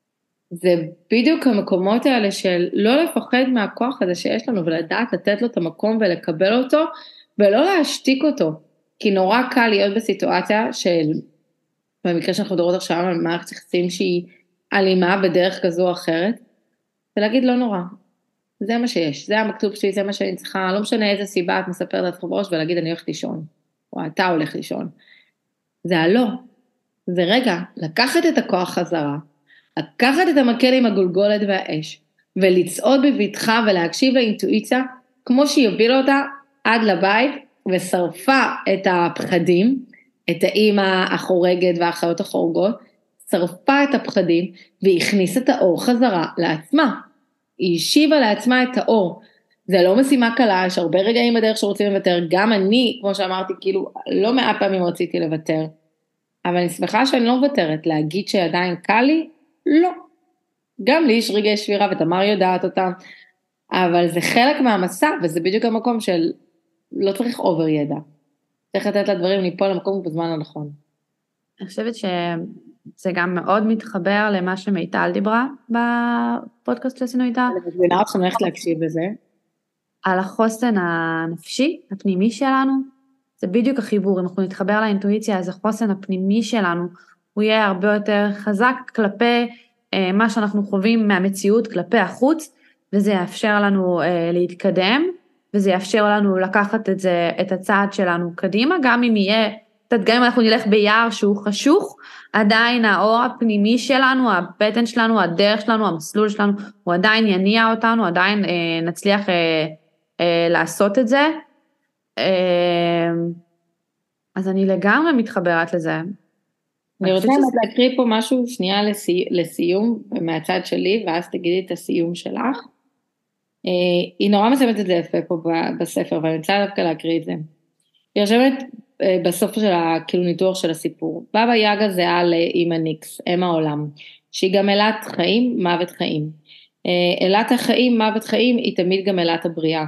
זה בדיוק המקומות האלה של לא לפחד מהכוח הזה שיש לנו ולדעת לתת לו את המקום ולקבל אותו ולא להשתיק אותו, כי נורא קל להיות בסיטואציה של, במקרה שאנחנו מדברות עכשיו על מערכת יחסים שהיא אלימה בדרך כזו או אחרת, ולהגיד לא נורא, זה מה שיש, זה המכתוב שלי, זה מה שאני צריכה, לא משנה איזה סיבה את מספרת לעצמך בראש ולהגיד אני הולכת לישון. או אתה הולך לישון, זה הלא, זה רגע, לקחת את הכוח חזרה, לקחת את המקל עם הגולגולת והאש, ולצעוד בבטחה ולהקשיב לאינטואיציה, כמו שהיא הובילה אותה עד לבית, ושרפה את הפחדים, את האמא החורגת והאחיות החורגות, שרפה את הפחדים, והכניסה את האור חזרה לעצמה, היא השיבה לעצמה את האור, זה לא משימה קלה, יש הרבה רגעים בדרך שרוצים לוותר, גם אני, כמו שאמרתי, כאילו, לא מעט פעמים רציתי לוותר, אבל אני שמחה שאני לא מוותרת, להגיד שעדיין קל לי, לא. גם לי יש רגעי שבירה, ותמר יודעת אותם, אבל זה חלק מהמסע, וזה בדיוק המקום של, לא צריך אובר ידע, צריך לתת לדברים ליפול למקום בזמן הנכון. אני חושבת שזה גם מאוד מתחבר למה שמיטל דיברה, בפודקאסט שעשינו איתה. אני מבינה אותך הולכת להקשיב בזה. על החוסן הנפשי, הפנימי שלנו, זה בדיוק החיבור, אם אנחנו נתחבר לאינטואיציה, אז החוסן הפנימי שלנו, הוא יהיה הרבה יותר חזק כלפי מה שאנחנו חווים מהמציאות כלפי החוץ, וזה יאפשר לנו להתקדם, וזה יאפשר לנו לקחת את זה, את הצעד שלנו קדימה, גם אם יהיה, גם אם אנחנו נלך ביער שהוא חשוך, עדיין האור הפנימי שלנו, הבטן שלנו, הדרך שלנו, המסלול שלנו, הוא עדיין יניע אותנו, עדיין נצליח לעשות את זה, אז אני לגמרי מתחברת לזה. אני רוצה להקריא פה משהו שנייה לסיום מהצד שלי, ואז תגידי את הסיום שלך. היא נורא מסיימת את זה יפה פה בספר, ואני רוצה דווקא להקריא את זה. היא רשמת בסוף של כאילו ניתוח של הסיפור. בבא יגה זהה לאמא ניקס, אם העולם, שהיא גם אלת חיים, מוות חיים. אלת החיים, מוות חיים, היא תמיד גם אלת הבריאה.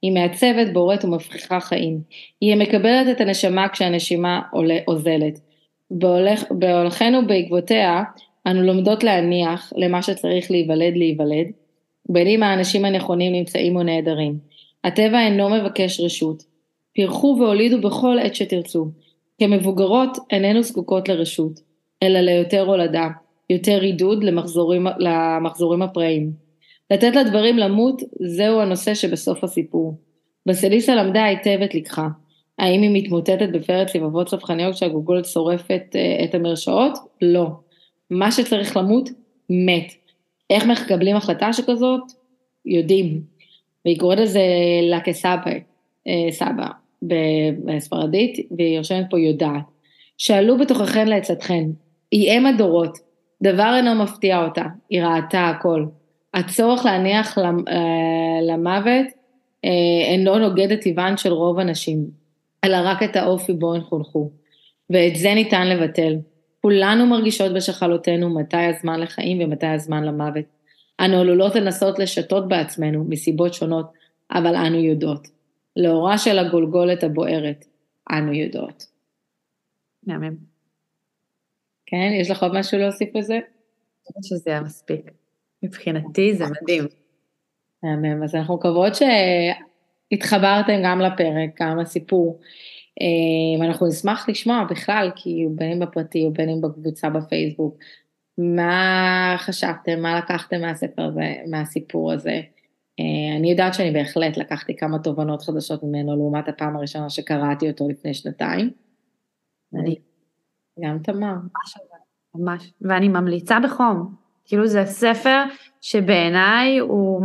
היא מעצבת, בוראת ומפריחה חיים. היא מקבלת את הנשמה כשהנשימה אוזלת. בהולכנו בעקבותיה, אנו לומדות להניח למה שצריך להיוולד, בין אם האנשים הנכונים נמצאים או נהדרים. הטבע אינו מבקש רשות. פרחו והולידו בכל עת שתרצו. כמבוגרות איננו זקוקות לרשות, אלא ליותר הולדה, יותר עידוד למחזורים הפראיים. לתת לדברים למות, זהו הנושא שבסוף הסיפור. בסליסה למדה היטב את לקחה. האם היא מתמוטטת בפרץ לבבות סבכניות כשהגולגולת שורפת את המרשאות? לא. מה שצריך למות, מת. איך מקבלים החלטה שכזאת? יודעים. והיא קוראת לזה לקסאבה, סבא, בספרדית, והיא יושבת פה יודעת. שאלו בתוככן לעצתכן, היא אם הדורות, דבר אינו מפתיע אותה, היא ראתה הכל. הצורך להניח למוות אינו נוגד את טבען של רוב הנשים, אלא רק את האופי בו הן חונכו. ואת זה ניתן לבטל. כולנו מרגישות בשחלותינו מתי הזמן לחיים ומתי הזמן למוות. אנו עלולות לנסות לשתות בעצמנו מסיבות שונות, אבל אנו יודעות. לאורה של הגולגולת הבוערת, אנו יודעות. מהמם. כן, יש לך עוד משהו להוסיף לזה? שזה היה מספיק. מבחינתי זה מדהים. מהמם, אז אנחנו מקוות שהתחברתם גם לפרק, גם לסיפור. אנחנו נשמח לשמוע בכלל, כי בין אם בפרטי או בין אם בקבוצה בפייסבוק, מה חשבתם, מה לקחתם מהספר הזה, מהסיפור הזה. אני יודעת שאני בהחלט לקחתי כמה תובנות חדשות ממנו, לעומת הפעם הראשונה שקראתי אותו לפני 2 אני גם תמר. ממש, ואני ממליצה בחום. כאילו זה ספר שבעיניי הוא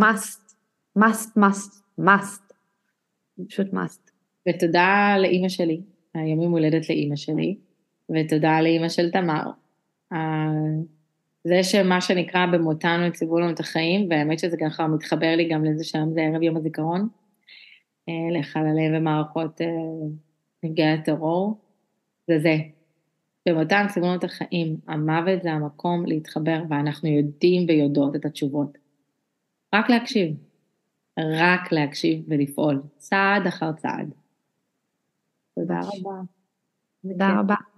must. פשוט must. ותודה לאמא שלי, היום יום הולדת לאמא שלי, ותודה לאמא של תמר. זה שמה שנקרא במותנו הציוו לנו את החיים, והאמת שזה ככה מתחבר לי גם לזה שם זה ערב יום הזיכרון, לחללי ומערכות נפגעי הטרור, זה. במותם הציוו לנו את החיים, המוות זה המקום להתחבר, ואנחנו יודעים ויודעות את התשובות. רק להקשיב ולפעול, צעד אחר צעד. תודה רבה. תודה רבה.